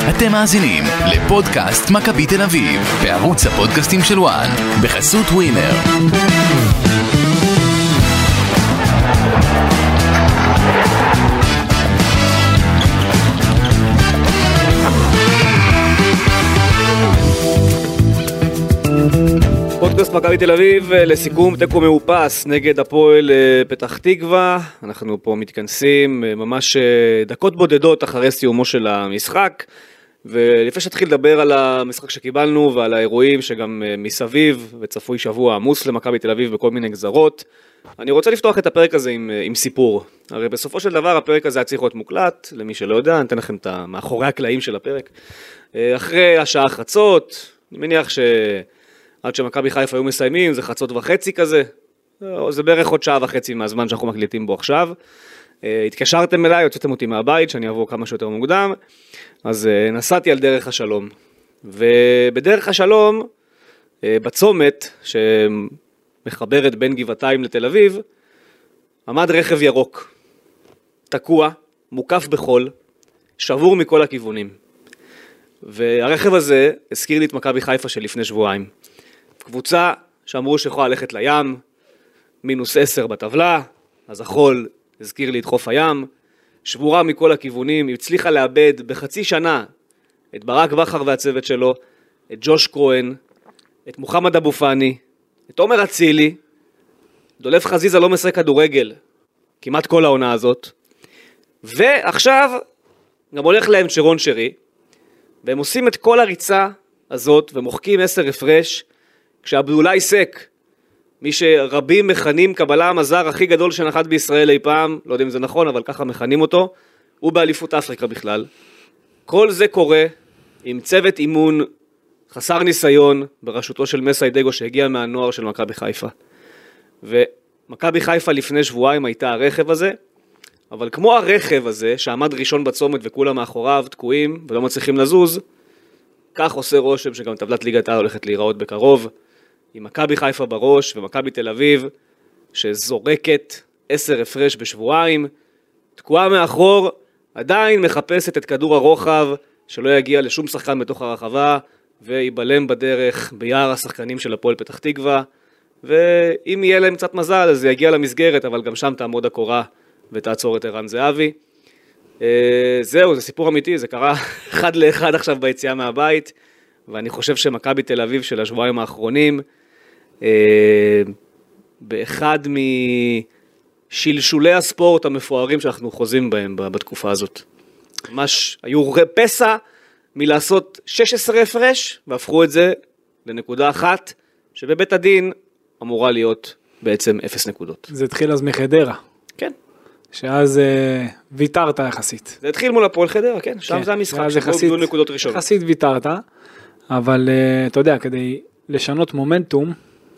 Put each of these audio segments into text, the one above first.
אתם מאזינים לפודקאסט מכבי תל אביב, בערוץ הפודקאסטים של וואן, בחסות ווינר. פודקאסט מכבי תל אביב לסיכום תיקו מאופס נגד הפועל פתח תקווה. אנחנו פה מתכנסים ממש דקות בודדות אחרי סיומו של המשחק, ולפני שתתחיל לדבר על המשחק שקיבלנו ועל האירועים שגם מסביב וצפוי שבוע עמוס למכבי תל אביב בכל מיני גזרות, אני רוצה לפתוח את הפרק הזה עם סיפור. הרי בסופו של דבר הפרק הזה היה צריך להיות מוקלט, למי שלא יודע, אני אתן לכם את מאחורי הקלעים של הפרק. אחרי השעה חצות, אני מניח עד שמכבי חיפה היו מסיימים, זה 1:30 כזה, זה בערך עוד 1.5 מהזמן שאנחנו מקליטים בו עכשיו. התקשרתם אליי, הוצאתם אותי מהבית, שאני אבוא כמה שיותר מוקדם, אז נסעתי על דרך השלום. ובדרך השלום, בצומת שמחברת בין גבעתיים לתל אביב, עמד רכב ירוק, תקוע, מוקף בחול, שבור מכל הכיוונים. והרכב הזה הזכיר לי את מכבי חיפה של לפני שבועיים. קבוצה שאמרו שיכולה ללכת לים, -10 בטבלה, אז החול הזכיר לי את חוף הים, שבורה מכל הכיוונים, היא הצליחה לאבד בחצי שנה את ברק בכר והצוות שלו, את ג'וש כהן, את מוחמד אבו פאני, את עומר אצילי, דולף חזיזה לא משחק כדורגל, כמעט כל העונה הזאת, ועכשיו גם הולך להם שרון שרי, והם עושים את כל הריצה הזאת ומוחקים 10 הפרש, כשאבדולאי סק, מי שרבים מכנים קבלה המזר הכי גדול שנחת בישראל אי פעם, לא יודע אם זה נכון, אבל ככה מכנים אותו, הוא באליפות אפריקה בכלל. כל זה קורה עם צוות אימון חסר ניסיון, בראשותו של מסי דגו שהגיע מהנוער של מכבי חיפה. ומכבי חיפה לפני שבועיים הייתה הרכב הזה, אבל כמו הרכב הזה שעמד ראשון בצומת וכולם מאחוריו תקועים ולא מצליחים לזוז, כך עושה רושם שגם טבלת ליגת העל הולכת להיראות בקרוב, עם מכבי חיפה בראש ומכבי תל אביב, שזורקת 10 הפרש בשבועיים, תקועה מאחור, עדיין מחפשת את כדור הרוחב, שלא יגיע לשום שחקן בתוך הרחבה, ויבלם בדרך ביער השחקנים של הפועל פתח תקווה, ואם יהיה להם קצת מזל, אז זה יגיע למסגרת, אבל גם שם תעמוד הקורה, ותעצור את ערן זהבי. זהו, זה סיפור אמיתי, זה קרה 1-1 עכשיו ביציאה מהבית, ואני חושב שמכבי תל אביב של השבועיים האחרונים, באחד משלשולי הספורט המפוארים שאנחנו חוזים בהם בתקופה הזאת. ממש היו פסע מלעשות 16 הפרש, והפכו את זה לנקודה אחת, שבבית הדין אמורה להיות בעצם 0 נקודות. זה התחיל אז מחדרה. כן. שאז ויתרת יחסית. זה התחיל מול הפועל חדרה, כן. שם זה המשחק שבו נקודות ראשונות. יחסית ויתרת, אבל אתה יודע, כדי לשנות מומנטום,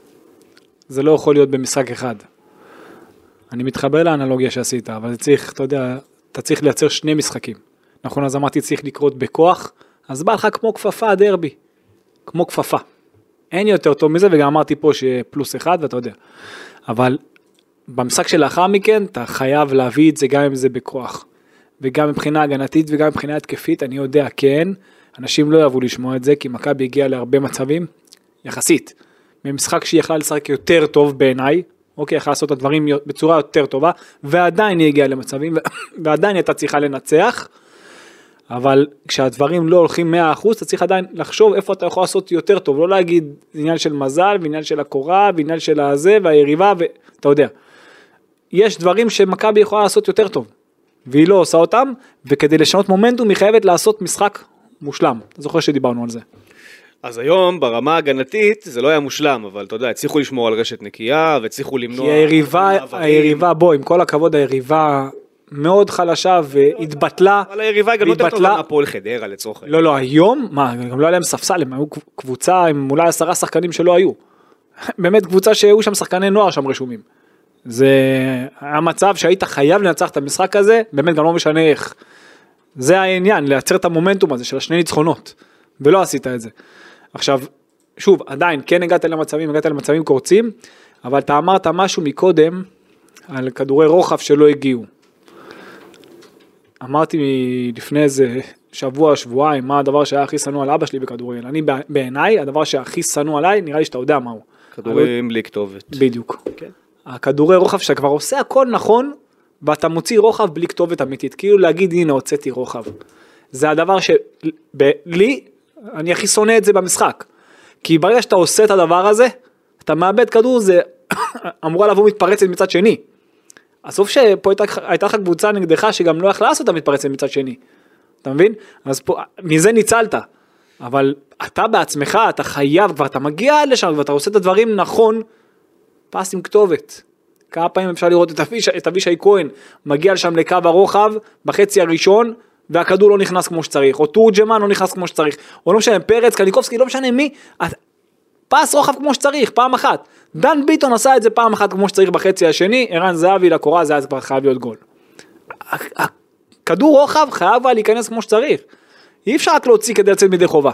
זה לא יכול להיות במשחק אחד. אני מתחבר לאנלוגיה שעשית, אבל זה צריך, אתה יודע, אתה צריך לייצר 2 משחקים. נכון, אז אמרתי צריך לקרות בכוח, אז בא לך כמו כפפה דרבי. כמו כפפה. אין יותר טוב מזה, וגם אמרתי פה ש+1, ואתה יודע. אבל במשחק שלאחר מכן, אתה חייב להביא את זה גם אם זה בכוח. וגם מבחינה הגנתית וגם מבחינה התקפית, אני יודע, כן, אנשים לא יאהבו לשמוע את זה, כי מכבי הגיע להרבה מצבים, יחסית. ממשחק שהיא יכלה לשחק יותר טוב בעיניי, אוקיי, יכלה לעשות את הדברים בצורה יותר טובה, ועדיין היא הגיעה למצבים, ועדיין הייתה צריכה לנצח, אבל כשהדברים לא הולכים 100%, אתה צריך עדיין לחשוב איפה אתה יכול לעשות יותר טוב, לא להגיד עניין של מזל, ועניין של הקורה, ועניין של הזה, והיריבה, ואתה יודע. יש דברים שמכבי יכולה לעשות יותר טוב, והיא לא עושה אותם, וכדי לשנות מומנטום, היא חייבת לעשות משחק מושלם. אתה זוכר שדיברנו על זה. אז היום ברמה ההגנתית זה לא היה מושלם, אבל אתה יודע, הצליחו לשמור על רשת נקייה, והצליחו למנוע... כי היריבה, בוא, עם כל הכבוד, היריבה מאוד חלשה והתבטלה. אבל היריבה גם לא יותר טובה מהפועל חדרה לצורך. לא, היום, מה, גם לא היה להם ספסל, הם היו קבוצה עם אולי 10 שחקנים שלא היו. באמת קבוצה שהיו שם שחקני נוער שם רשומים. זה היה מצב שהיית חייב לנצח את המשחק הזה, באמת גם לא משנה איך. זה העניין, לייצר את המומנטום הזה של 2 ניצחונות, ולא עשית את זה. עכשיו, שוב, עדיין, כן הגעת למצבים קורצים, אבל אתה אמרת משהו מקודם, על כדורי רוחב שלא הגיעו. אמרתי לפני איזה שבוע, שבועיים, מה הדבר שהיה הכי שנוא על אבא שלי בכדורגל. אני בעיניי, הדבר שהכי שנוא עליי, נראה לי שאתה יודע מהו. כדורים בלי כתובת. בדיוק. הכדורי רוחב שאתה כבר עושה הכל נכון, ואתה מוציא רוחב בלי כתובת אמיתית. כאילו להגיד, הנה, הוצאתי רוחב. זה הדבר שלי, אני הכי שונא את זה במשחק. כי ברגע שאתה עושה את הדבר הזה, אתה מאבד כדור, זה אמורה לבוא מתפרצת מצד שני. הסוף שפה הייתה לך קבוצה נגדך, שגם לא יכלה לעשות את המתפרצת מצד שני. אתה מבין? אז פה, מזה ניצלת. אבל אתה בעצמך, אתה חייב, כבר אתה מגיע לשם, ואתה עושה את הדברים נכון, פס עם כתובת. כמה פעמים אפשר לראות את אבישי כהן, מגיע לשם לקו הרוחב, בחצי הראשון, והכדור לא נכנס כמו שצריך, או תורג'מן לא נכנס כמו שצריך, או לא משנה, פרץ, קניקובסקי, לא משנה מי, פס רוחב כמו שצריך, פעם אחת. דן ביטון עשה את זה פעם אחת כמו שצריך בחצי השני, ערן זהבי לקורה, זה היה כבר חייב להיות גול. כדור רוחב חייב להיכנס כמו שצריך. אי אפשר רק להוציא כדי לצאת מדי חובה.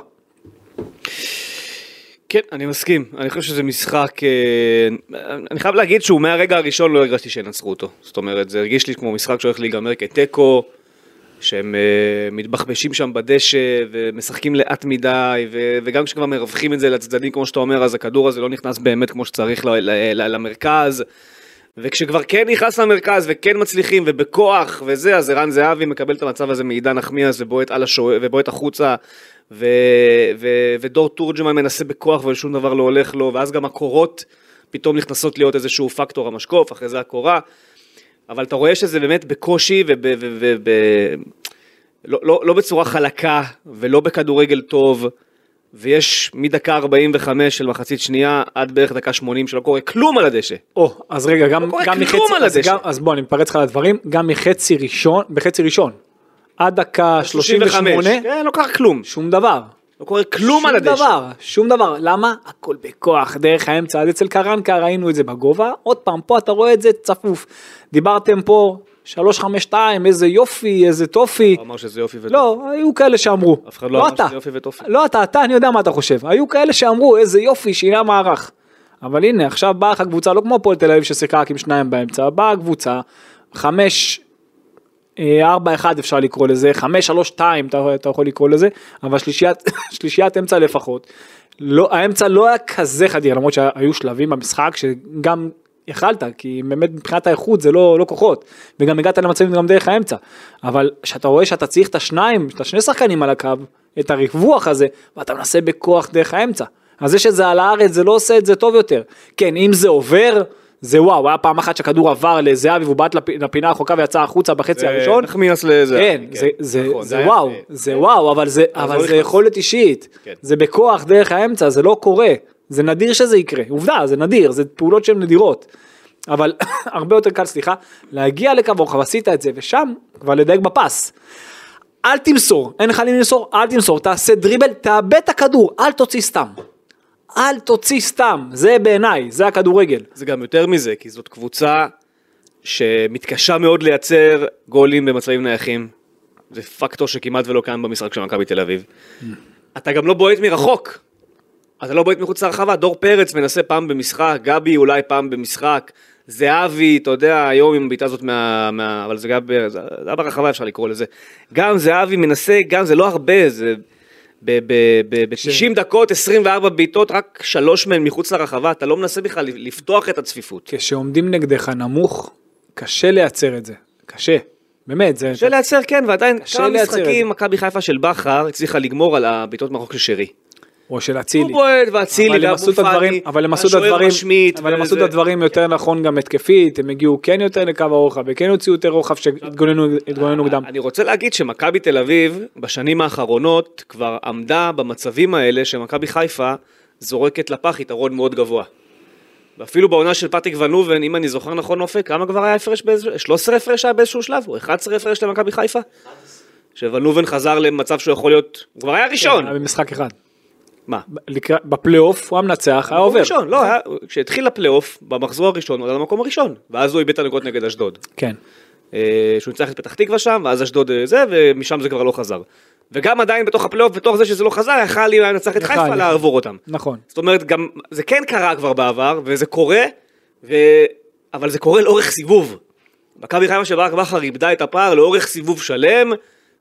כן, אני מסכים. אני חושב שזה משחק, אני חייב להגיד שהוא מהרגע הראשון לא הרגשתי שינצחו אותו. זאת אומרת, זה הרגיש לי כמו משחק שהולך להיגמר כטקו, שהם מתבחבשים שם בדשא ומשחקים לאט מדי, וגם כשכבר מרווחים את זה לצדדים כמו שאתה אומר, אז הכדור הזה לא נכנס באמת כמו שצריך למרכז, וכשכבר כן נכנס למרכז וכן מצליחים ובכוח וזה, אז ערן זהבי מקבל את המצב הזה מעידן נחמיאס ובועט החוצה, ודור תורג'מן מנסה בכוח ושום דבר לא הולך לו, ואז גם הקורות פתאום נכנסות להיות איזשהו פקטור המשקוף, אחרי זה הקורה, אבל אתה רואה שזה באמת בקושי לא בצורה חלקה ולא בכדורגל טוב, ויש מדקה 45 של מחצית שנייה עד בערך דקה 80 שלא קורה כלום על הדשא. אז רגע, גם מחצי, אז בוא, אני מתפרץ לך על הדברים, גם בחצי ראשון, עד דקה 38, כן, לא קרה כלום. שום דבר. לא קורה כלום על הדשא. שום דבר. למה? הכל בכוח, דרך האמצע, עד אצל קרנקה ראינו את זה בגובה, עוד פעם, פה אתה רואה את זה צפוף. דיברתם פה 3-5-2, איזה יופי, איזה טופי. הוא אמר שזה יופי וטופי. לא, היו כאלה שאמרו. אף אחד לא אמר שזה יופי וטופי. לא אתה, אני יודע מה אתה חושב. היו כאלה שאמרו, איזה יופי, שינה מערך. אבל הנה, עכשיו באה הקבוצה, לא כמו הפועל תל אביב ששיחקה רק עם שניים באמצע, באה הקבוצה, 5-4-1 אפשר לקרוא לזה, 5-3-2 אתה יכול לקרוא לזה, אבל שלישיית אמצע לפחות. האמצע לא היה כזה חדיר, למרות שהיו שלבים במשחק שגם יכלת, כי באמת מבחינת האיכות זה לא כוחות, וגם הגעת למצבים גם דרך האמצע, אבל שאתה רואה שאתה צריך את שני שחקנים על הקו, את הריווח הזה, ואתה מנסה בכוח דרך האמצע, אז זה שזה על הארץ, זה לא עושה את זה טוב יותר, כן, אם זה עובר, זה וואו, היה פעם אחת שהכדור עבר לזהבי, והוא באת לפינה החוקה ויצא החוצה בחצי הראשון, נחמיאס לזה, כן, זה וואו, זה וואו, אבל זה יכולת אישית, זה בכוח דרך האמצע, זה לא קורה, זה נדיר שזה יקרה, עובדה, זה נדיר, זה פעולות שהן נדירות, אבל הרבה יותר קל, סליחה, להגיע לקו רוחב, עשית את זה, ושם כבר לדייק בפס, אל תמסור, אין לך לי למסור, אל תמסור, תעשה דריבל, תאבד את הכדור, אל תוציא סתם, זה בעיניי, זה הכדורגל. זה גם יותר מזה, כי זאת קבוצה שמתקשה מאוד לייצר גולים במצבים נייחים, זה פקטור שכמעט ולא קיים במשחק של מכבי תל אביב. אתה גם לא בועט מרחוק, אתה לא בועט מחוץ לרחבה, דור פרץ מנסה פעם במשחק, גבי אולי פעם במשחק, זהבי, אתה יודע, היום עם הביתה הזאת אבל זה היה ברחבה אפשר לקרוא לזה, גם זהבי מנסה, גם זה לא הרבה, זה ב-90 דקות, 24 בעיטות, רק 3 מהן מחוץ לרחבה, אתה לא מנסה בכלל לפתוח את הצפיפות. כשעומדים נגדך נמוך, קשה לייצר את זה, קשה. באמת, זה... קשה לייצר, כן, ועדיין כמה משחקים, מכבי חיפה של בכר, הצליחה לגמור על הבעיטות מרחוק של שרי. או של אצילי. הוא בועט ואצילי ואבו פאני, אבל הם עשו את הדברים יותר נכון גם התקפית, הם הגיעו כן יותר לקו הרוחב, וכן הוציאו יותר רוחב שהתגוננו קדם. אני רוצה להגיד שמכבי תל אביב, בשנים האחרונות, כבר עמדה במצבים האלה, שמכבי חיפה זורקת לפח יתרון מאוד גבוה. ואפילו בעונה של פטריק ונובן, אם אני זוכר נכון אופק, כמה כבר היה הפרש? 13 הפרש היה באיזשהו שלב, או 11 הפרש למכבי חיפה? שוונובן חזר למצב שהוא יכול להיות, הוא כבר היה ראשון. היה במשחק אחד. מה? בפלייאוף הוא המנצח, היה עובר. ראשון, לא, כשהתחיל הפלייאוף, במחזור הראשון, הוא עלה למקום הראשון, ואז הוא איבד את הנקודות נגד אשדוד. כן. שהוא ניצח את פתח תקווה שם, ואז אשדוד זה, ומשם זה כבר לא חזר. וגם עדיין בתוך הפלייאוף, בתוך זה שזה לא חזר, יכל לי לנצח את חיפה לעבור אותם. נכון. זאת אומרת, גם, זה כן קרה כבר בעבר, וזה קורה, אבל זה קורה לאורך סיבוב. מכבי חיפה שברק בכר איבדה את הפער לאורך סיבוב שלם,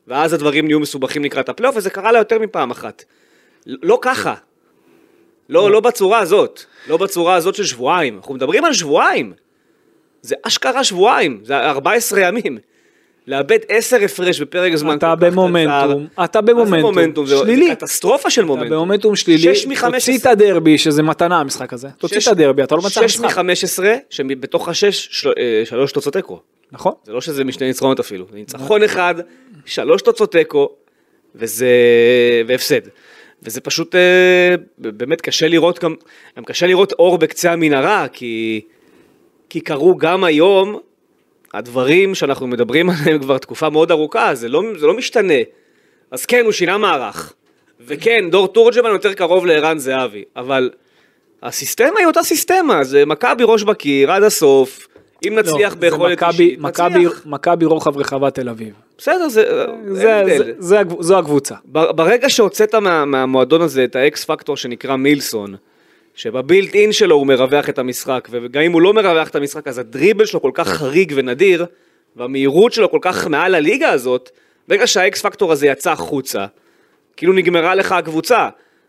ואז הדברים נהיו מסובכים לקראת הפלייאוף, וזה קרה לה יותר מפעם אחת. לא ככה. לא בצורה הזאת. לא בצורה הזאת של שבועיים. אנחנו מדברים על שבועיים. זה אשכרה שבועיים. זה 14 ימים. לאבד 10 הפרש בפרק זמן. אתה במומנטום. אתה במומנטום. שלילי. זה קטסטרופה של מומנטום. אתה במומנטום שלילי. תוציא את הדרבי, שזה מתנה המשחק הזה. תוציא את הדרבי, אתה לא מצא משחק. 6 מ-15, שבתוך ה-6, 3 תוצאות תיקו. נכון. זה לא שזה משני ניצחונות אפילו. זה ניצחון אחד, 3 תוצאות תיקו, והפסד. וזה פשוט, באמת קשה לראות גם קשה לראות אור בקצה המנהרה, כי קרו גם היום, הדברים שאנחנו מדברים עליהם כבר תקופה מאוד ארוכה, זה לא משתנה. אז כן, הוא שינה מערך. וכן, דור תורג'מן יותר קרוב לערן זהבי, אבל הסיסטמה היא אותה סיסטמה, זה מכבי ראש בקיר עד הסוף, אם נצליח ביכולת אישית, נצליח. מכבי רוחב רחבת תל אביב. בסדר, זו הקבוצה. ברגע שהוצאת מהמועדון הזה את האקס פקטור שנקרא מילסון, שבבילט אין שלו הוא מרווח את המשחק, וגם אם הוא לא מרווח את המשחק, אז הדריבל שלו כל כך חריג ונדיר, והמהירות שלו כל כך מעל הליגה הזאת, ברגע שהאקס פקטור הזה יצא חוצה, כאילו נגמרה לך הקבוצה,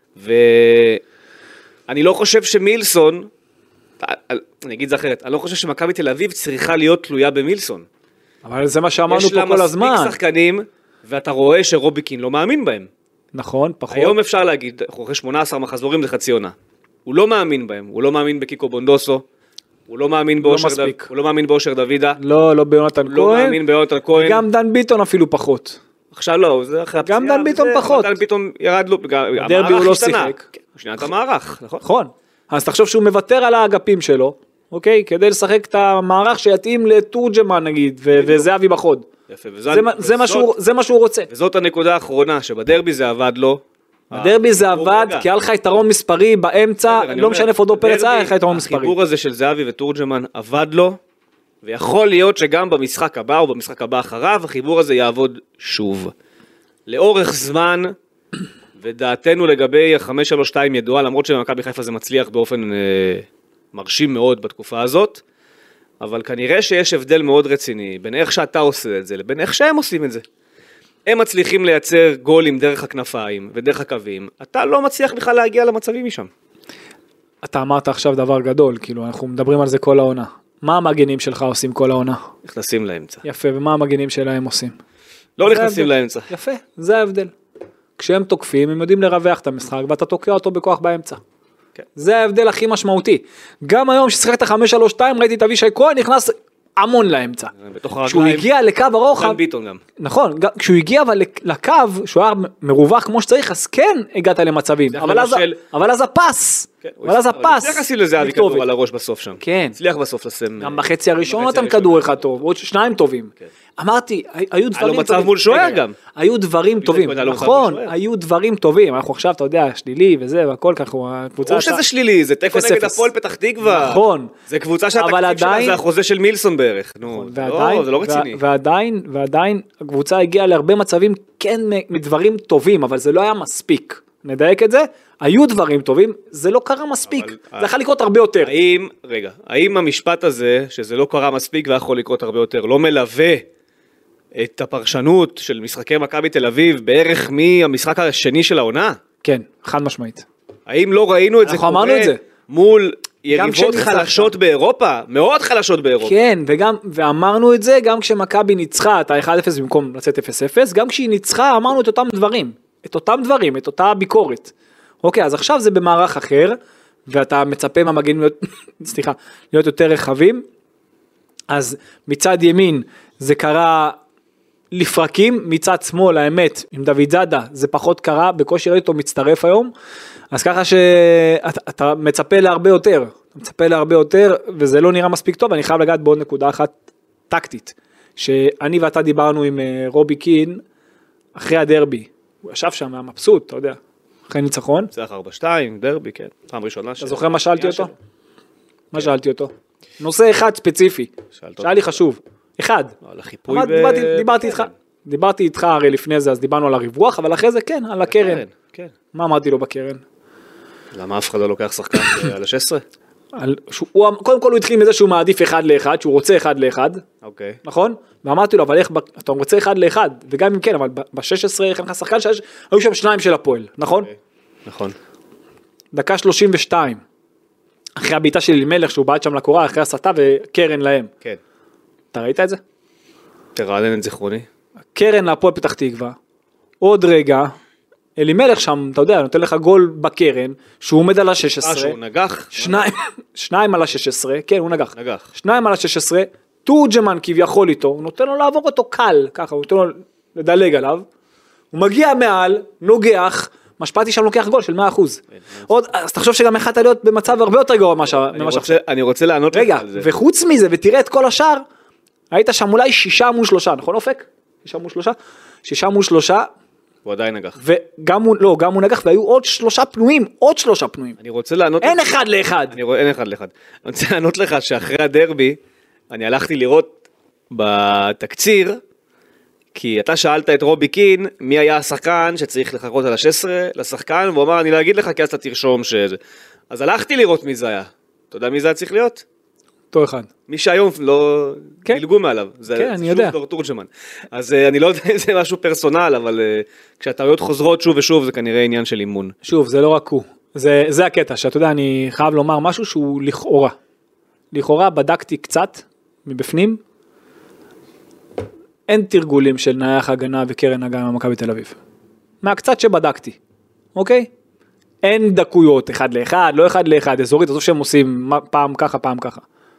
ואני לא חושב שמילסון, אני אגיד זה אחרת, אני לא חושב שמכבי תל אביב צריכה להיות תלויה במילסון. אבל זה מה שאמרנו פה כל הזמן. יש לה מספיק שחקנים, ואתה רואה שרוביקין לא מאמין בהם. נכון, פחות. היום אפשר להגיד, אחרי 18 מחזורים זה חצי עונה. הוא לא מאמין בהם, הוא לא מאמין בקיקו בונדוסו, הוא לא מאמין באושר דוידה. לא ביונתן כהן. לא מאמין ביונתן כהן. גם דן ביטון אפילו פחות. עכשיו לא, זה אחרי הפציעה. גם דן ביטון פחות. דן ביטון ירד לו, דרבי הוא לא שיחק. הוא שינה את המערך, נכון? נכון. אז תחשוב שהוא מוותר על האגפים שלו, אוקיי? כדי לשחק את המערך שיתאים לתורג'מן נגיד, וזהבי בחוד. יפה, זה מה שהוא רוצה. וזאת הנקודה האחרונה, שבדרבי זה עבד לו. בדרבי זה עבד, כי היה לך יתרון מספרי באמצע, לא משנה איפה דור פרץ היה לך יתרון מספרי. החיבור הזה של זהבי וטורג'מן עבד לו, ויכול להיות שגם במשחק הבא או במשחק הבא אחריו, החיבור הזה יעבוד שוב. לאורך זמן, ודעתנו לגבי ה-5-3-2 ידועה, למרות שבמכבי חיפה זה מצליח באופן מרשים מאוד בתקופה הזאת, אבל כנראה שיש הבדל מאוד רציני בין איך שאתה עושה את זה, לבין איך שהם עושים את זה. הם מצליחים לייצר גולים דרך הכנפיים ודרך הקווים, אתה לא מצליח בכלל להגיע למצבים משם. אתה אמרת עכשיו דבר גדול, כאילו אנחנו מדברים על זה כל העונה. מה המגנים שלך עושים כל העונה? נכנסים לאמצע. יפה, ומה המגנים שלהם עושים? לא נכנסים לאמצע. יפה, זה ההבדל. כשהם תוקפים, הם יודעים לרווח את המשחק, ואתה תוקע אותו בכוח באמצע. כן. זה ההבדל הכי משמעותי. גם היום ששיחקת 5-3-2, ראיתי את אבישי כהן, נכנס המון לאמצע. כשהוא הגיע לקו הרוחב, דן ביטון גם. נכון, כשהוא הגיע אבל לקו, שהוא היה מרווח כמו שצריך, אז כן הגעת למצבים. אבל אז הפס, אבל אז הפס. הצליח לשים לזהבי כדור על הראש בסוף שם. כן. הצליח בסוף לסם. גם בחצי הראשון נתן כדור אחד טוב, עוד 2 טובים. אמרתי, היו דברים טובים. מצב מול שוער גם. היו דברים טובים, נכון, היו דברים טובים. אנחנו עכשיו, אתה יודע, שלילי וזה, והכל ככה, הקבוצה... או שזה שלילי, זה תיקו נגד הפועל פתח תקווה. נכון. זה קבוצה שהתקציב שלה זה החוזה של מילסון בערך. נו, זה לא רציני. ועדיין, הקבוצה הגיעה להרבה מצבים, כן, מדברים טובים, אבל זה לא היה מספיק. נדייק את זה, היו דברים טובים, זה לא קרה מספיק, זה יכול לקרות הרבה יותר. האם המשפט הזה, שזה לא קרה מספיק ויכול לקרות הרבה יותר, לא מלווה את הפרשנות של משחקי מכבי תל אביב בערך מהמשחק השני של העונה? כן, חד משמעית. האם לא ראינו את זה קורה מול יריבות חלשות באירופה? מאוד חלשות באירופה. כן, ואמרנו את זה גם כשמכבי ניצחה את ה-1-0 במקום לצאת 0-0, גם כשהיא ניצחה אמרנו את אותם דברים. את אותה ביקורת. אוקיי, אז עכשיו זה במערך אחר, ואתה מצפה מהמגנים להיות יותר רחבים, אז מצד ימין זה קרה לפרקים, מצד שמאל האמת, עם דוד זאדה, זה פחות קרה, בקושי ראיתי אותו מצטרף היום, אז ככה שאתה מצפה להרבה יותר, וזה לא נראה מספיק טוב, אני חייב לגעת בעוד נקודה אחת טקטית, שאני ואתה דיברנו עם רובי קין, אחרי הדרבי, הוא ישב שם, מבסוט, אתה יודע, אחרי ניצחון. צריך 4-2, דרבי, כן, פעם ראשונה. אתה זוכר מה שאלתי אותו? מה שאלתי אותו? נושא אחד ספציפי, שהיה לי חשוב, אחד. דיברתי איתך הרי לפני זה, אז דיברנו על הריווח, אבל אחרי זה כן, על הקרן. מה אמרתי לו בקרן? למה אף אחד לא לוקח שחקן על ה-16? קודם כל הוא התחיל מזה שהוא מעדיף 1-1, שהוא רוצה 1-1, אוקיי. נכון? ואמרתי לו, אבל איך, אתה רוצה 1-1, וגם אם כן, אבל ב-16 איך לך שחקן שהיו שם 2 של הפועל, נכון? נכון. דקה 32, אחרי הביתה של אלימלך, שהוא בעט שם לקורה, אחרי הסתה וקרן להם. כן. אתה ראית את זה? תרענן את זיכרוני. קרן להפועל פתח תקווה, עוד רגע, אלימלך שם, אתה יודע, נותן לך גול בקרן, שהוא עומד על ה-16. שהוא נגח? 2 על ה-16, כן, הוא נגח. נגח. 2 על ה-16, תורג'מן כביכול איתו, הוא נותן לו לעבור אותו קל, ככה, הוא נותן לו לדלג עליו, הוא מגיע מעל, נוגח, משפטי שם לוקח גול של 100%. עוד, אז תחשוב שגם יכלת להיות במצב הרבה יותר גרוע ממה שעכשיו. אני רוצה לענות לך על זה. רגע, וחוץ מזה, ותראה את כל השאר, היית שם אולי 6 מול 3, נכון אופק? 6 מול 3? 6 מול 3. הוא עדיין נגח. וגם הוא נגח, והיו עוד 3 פנויים, עוד 3 פנויים. אני רוצה לענות... אין 1-1. אין 1-1. אני רוצה לענות לך שאחרי הדרבי, אני הלכתי לראות בתקציר, כי אתה שאלת את רובי קין, מי היה השחקן שצריך לחכות על ה-16 לשחקן, והוא אמר, אני לא אגיד לך, כי אז אתה תרשום שזה. אז הלכתי לראות מי זה היה. אתה יודע מי זה היה צריך להיות? אותו אחד. מי שהיום לא דילגו מעליו. כן, אני יודע. דור תורג'מן. אז אני לא יודע אם זה משהו פרסונל, אבל כשהטעויות חוזרות שוב ושוב, זה כנראה עניין של אימון. שוב, זה לא רק הוא. זה הקטע, שאתה יודע, אני חייב לומר משהו שהוא לכאורה. לכאורה בדקתי קצת מבפנים, אין תרגולים של נייח הגנה וקרן הגנה במכבי תל אביב. מהקצת שבדקתי, אוקיי? אין דקויות 1-1, לא 1-1, אזורית, עזוב שהם עושים פעם ככה, פעם ככה.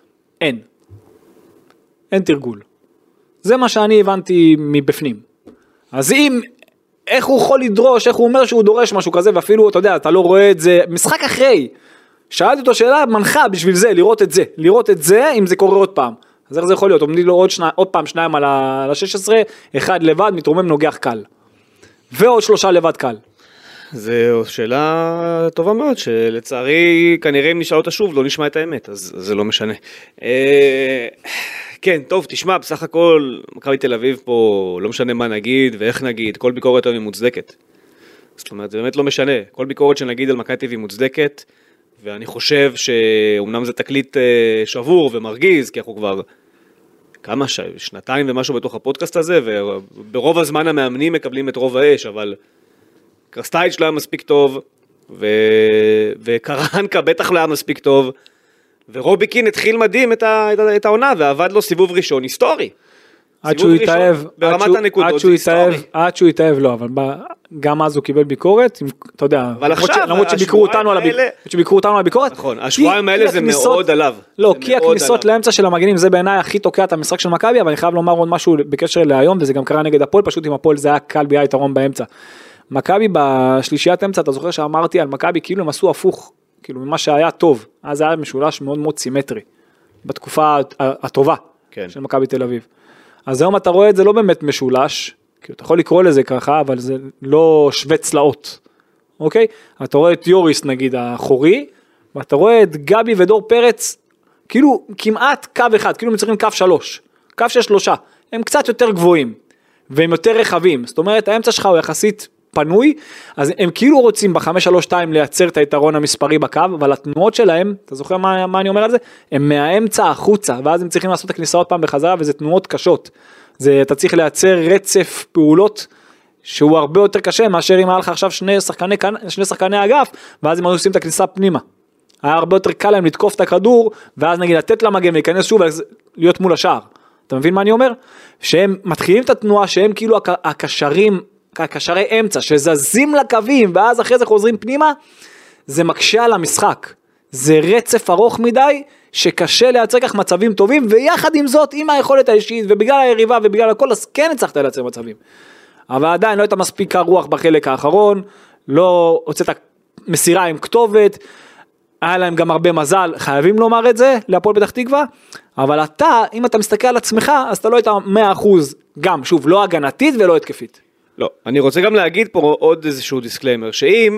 אין תרגול. זה מה שאני הבנתי מבפנים. אז אם, איך הוא יכול לדרוש, איך הוא אומר שהוא דורש משהו כזה, ואפילו, אתה יודע, אתה לא רואה את זה, משחק אחרי, שאלתי אותו שאלה מנחה בשביל זה, לראות את זה, אם זה קורה עוד פעם. אז איך זה יכול להיות? עומדים לו עוד פעם 2 על ה-16, 1 לבד, מתרומם נוגח קל. ועוד 3 לבד קל. זו שאלה טובה מאוד, שלצערי כנראה אם נשאל אותה שוב לא נשמע את האמת, אז זה לא משנה. כן, טוב, תשמע, בסך הכל מכבי תל אביב פה, לא משנה מה נגיד ואיך נגיד, כל ביקורת היום היא מוצדקת. זאת אומרת, זה באמת לא משנה. כל ביקורת שנגיד על מכבי תל אביב היא מוצדקת, ואני חושב שאומנם זה תקליט שבור ומרגיז, כי אנחנו כבר כמה שנתיים ומשהו בתוך הפודקאסט הזה, וברוב הזמן המאמנים מקבלים את רוב האש, אבל קרסטייץ' לא היה מספיק טוב, וקרנקה בטח לא היה מספיק טוב, ורובי קין התחיל מדהים את העונה, ועבד לו סיבוב ראשון היסטורי. עד שהוא התאהב, ברמת הנקודות, זה היסטורי. עד שהוא התאהב לא, אבל גם אז הוא קיבל ביקורת, אתה יודע, למרות שביקרו אותנו על הביקורת. נכון, השבועיים האלה זה מאוד עליו. לא, כי הכניסות לאמצע של המגנים, זה בעיניי הכי תוקע את המשחק של מכבי, אבל אני חייב לומר עוד משהו בקשר להיום, וזה גם קרה נגד הפועל, פשוט עם הפועל זה היה קל ביה יתרון באמצע. מכבי בשלישיית אמצע, אתה זוכר שאמרתי על מכבי, כאילו הם עשו הפוך, כאילו ממה שהיה טוב, אז היה משולש מאוד מאוד סימטרי, בתקופה הטובה של מכבי תל אביב. אז היום אתה רואה את זה לא באמת משולש, כאילו אתה יכול לקרוא לזה ככה, אבל זה לא שווה צלעות, אוקיי? אתה רואה את יוריס נגיד האחורי, ואתה רואה את גבי ודור פרץ, כאילו כמעט קו אחד, כאילו הם צריכים קו 3, קו של 3, הם קצת יותר גבוהים, והם יותר רחבים, זאת אומרת האמצע שלך הוא יחסית פנוי, אז הם כאילו רוצים ב-5-3-2 לייצר את היתרון המספרי בקו, אבל התנועות שלהם, אתה זוכר מה אני אומר על זה? הם מהאמצע החוצה, ואז הם צריכים לעשות את הכניסה עוד פעם בחזרה, וזה תנועות קשות. אתה צריך לייצר רצף פעולות, שהוא הרבה יותר קשה, מאשר אם היה לך עכשיו שני שחקני אגף, ואז הם עושים את הכניסה פנימה. היה הרבה יותר קל להם לתקוף את הכדור, ואז נגיד לתת למגן להיכנס שוב, להיות מול השער. אתה מבין מה אני אומר? שהם מתחילים את התנועה, שהם כאילו הקשרי אמצע, שזזים לקווים, ואז אחרי זה חוזרים פנימה, זה מקשה על המשחק. זה רצף ארוך מדי, שקשה לייצר כך מצבים טובים, ויחד עם זאת, עם היכולת האישית, ובגלל היריבה, ובגלל הכל, אז כן הצלחת לייצר מצבים. אבל עדיין לא הייתה מספיק הרוח בחלק האחרון, לא הוצאת מסירה עם כתובת, היה להם גם הרבה מזל, חייבים לומר את זה, להפועל פתח תקווה, אבל אתה, אם אתה מסתכל על עצמך, אז אתה לא היית 100%, גם, שוב, לא הגנתית ולא התקפית. לא, אני רוצה גם להגיד פה עוד איזשהו דיסקליימר, שאם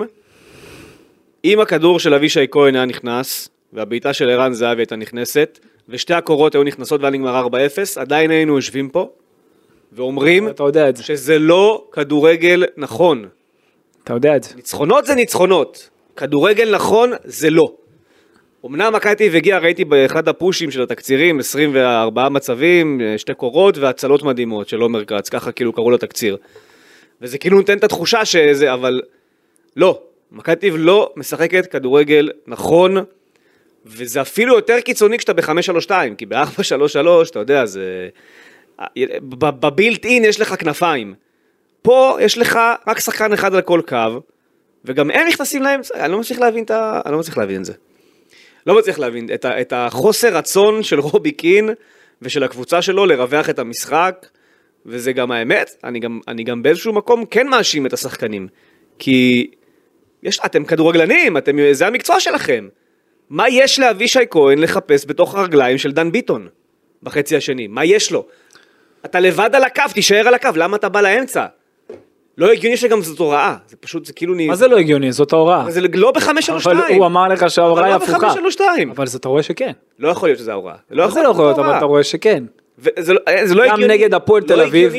הכדור של אבישי כהן היה נכנס, והבעיטה של ערן זהבי הייתה נכנסת, ושתי הקורות היו נכנסות והיה נגמר 4-0, עדיין היינו יושבים פה, ואומרים שזה לא כדורגל נכון. אתה יודע את זה. ניצחונות זה ניצחונות, כדורגל נכון זה לא. אמנם מכבי תל אביב הגיע, ראיתי באחד הפושים של התקצירים, 24 מצבים, 2 קורות והצלות מדהימות של עומר כץ, ככה כאילו קראו לתקציר. וזה כאילו נותן את התחושה שזה, אבל לא, מכבי תל אביב לא משחקת כדורגל נכון, וזה אפילו יותר קיצוני כשאתה ב-5-3-2, כי ב-4-3-3, אתה יודע, זה... בבילט אין יש לך כנפיים. פה יש לך רק שחקן אחד על כל קו, וגם הם נכנסים להם, אני לא מצליח להבין את זה. לא מצליח להבין את החוסר רצון של רובי קין ושל הקבוצה שלו לרווח את המשחק, וזה גם האמת, אני גם באיזשהו מקום כן מאשים את השחקנים, כי אתם כדורגלנים, זה המקצוע שלכם. מה יש לאבישי כהן לחפש בתוך הרגליים של דן ביטון בחצי השני? מה יש לו? אתה לבד על הקו, תישאר על הקו, למה אתה בא לאמצע? לא הגיוני שגם זאת הוראה, זה פשוט, זה כאילו... מה זה לא הגיוני? זאת ההוראה. זה לא ב-5-3-2. אבל הוא אמר לך שההוראה היא הפוכה. אבל לא ב-5-3-2. אבל אתה רואה שכן. לא יכול להיות שזה ההוראה. זה לא יכול להיות, אבל אתה רואה שכן. זה לא הגיוני. גם נגד הפועל תל אביב,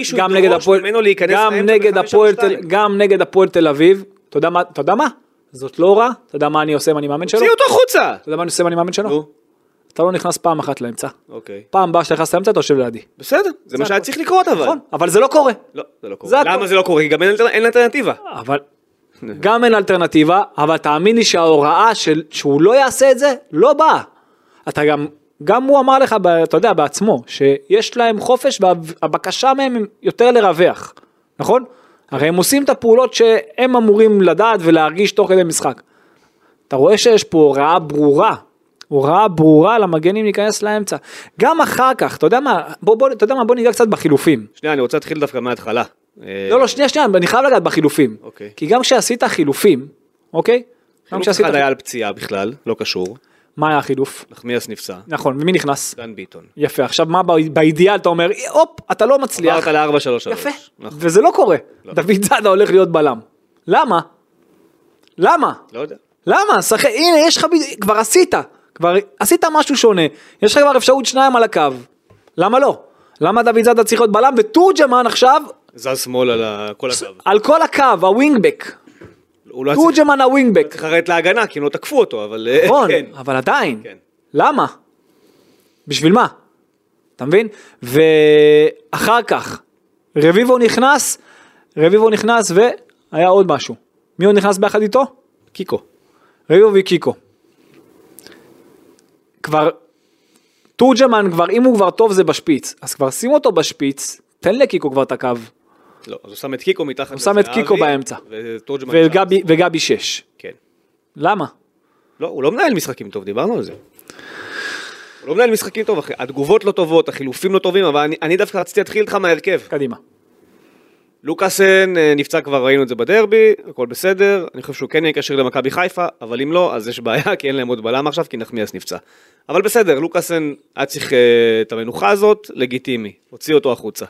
גם נגד הפועל תל אביב, אתה יודע מה? זאת לא הוראה, אתה יודע מה אני עושה, מה אני מאמן שלו? תוציא אותו החוצה. אתה יודע מה אני עושה, מה אני מאמן שלו? אתה לא נכנס פעם אחת לאמצע. אוקיי. פעם באה שאתה נכנס לאמצע, אתה יושב לידי. בסדר, זה מה שהיה צריך לקרות אבל. נכון, אבל זה לא קורה. לא, זה לא קורה. למה זה לא קורה? כי גם אין אלטרנטיבה. אבל, גם אין אלטרנטיבה, אבל תאמין לי שההוראה שהוא לא יעשה את זה, לא באה. אתה גם הוא אמר לך, אתה יודע, בעצמו, שיש להם חופש והבקשה מהם יותר לרווח. נכון? הרי הם עושים את הפעולות שהם אמורים לדעת ולהרגיש תוך כדי משחק. אתה רואה שיש פה הוראה ברורה למגנים להיכנס לאמצע. גם אחר כך, אתה יודע מה, בוא ניגע קצת בחילופים. שנייה, אני רוצה להתחיל דווקא מההתחלה. לא, שנייה, אני חייב לגעת בחילופים. אוקיי. כי גם כשעשית חילופים, אוקיי? חילוף אחד היה על פציעה בכלל, לא קשור. מה היה החילוף? נחמיאס נפצע. נכון, ומי נכנס? דן ביטון. יפה, עכשיו מה באידיאל אתה אומר, הופ, אתה לא מצליח. עברת ל-4-3-3. יפה, וזה לא קורה. דוד זאדה הולך להיות בלם. למה? לא יודע. למה? הנה, יש לך, כבר עשית משהו שונה, יש לך כבר אפשרות 2 על הקו, למה לא? למה דוד זאדה צריך להיות בלם, ותורג'מן עכשיו, זז שמאל על כל הקו. על כל הקו, הווינגבק, תורג'מן הווינגבק. צריך לרדת להגנה, כי הם לא תקפו אותו, אבל... נכון, אבל עדיין, למה? בשביל מה? אתה מבין? ואחר כך, רביבו נכנס, והיה עוד משהו. מי הוא נכנס ביחד איתו? קיקו. רביבו וקיקו. כבר, תורג'מן כבר, אם הוא כבר טוב זה בשפיץ, אז כבר שים אותו בשפיץ, תן לקיקו כבר את הקו. לא, אז הוא שם את קיקו מתחת. הוא שם את קיקו באמצע. וגבי 6. כן. למה? לא, הוא לא מנהל משחקים טוב, דיברנו על זה. הוא לא מנהל משחקים טוב, התגובות לא טובות, החילופים לא טובים, אבל אני דווקא רציתי להתחיל איתך מהרכב. קדימה. לוקאסן נפצע כבר, ראינו את זה בדרבי, הכל בסדר, אני חושב שהוא כן יהיה קשר למכבי חיפה, אבל אם לא, אז יש בעיה, כי אין להם עוד בלם עכשיו, כי נחמיאס נפצע. אבל בסדר, לוקאסן היה צריך את המנוחה הזאת, לגיטימי, הוציא אותו החוצה.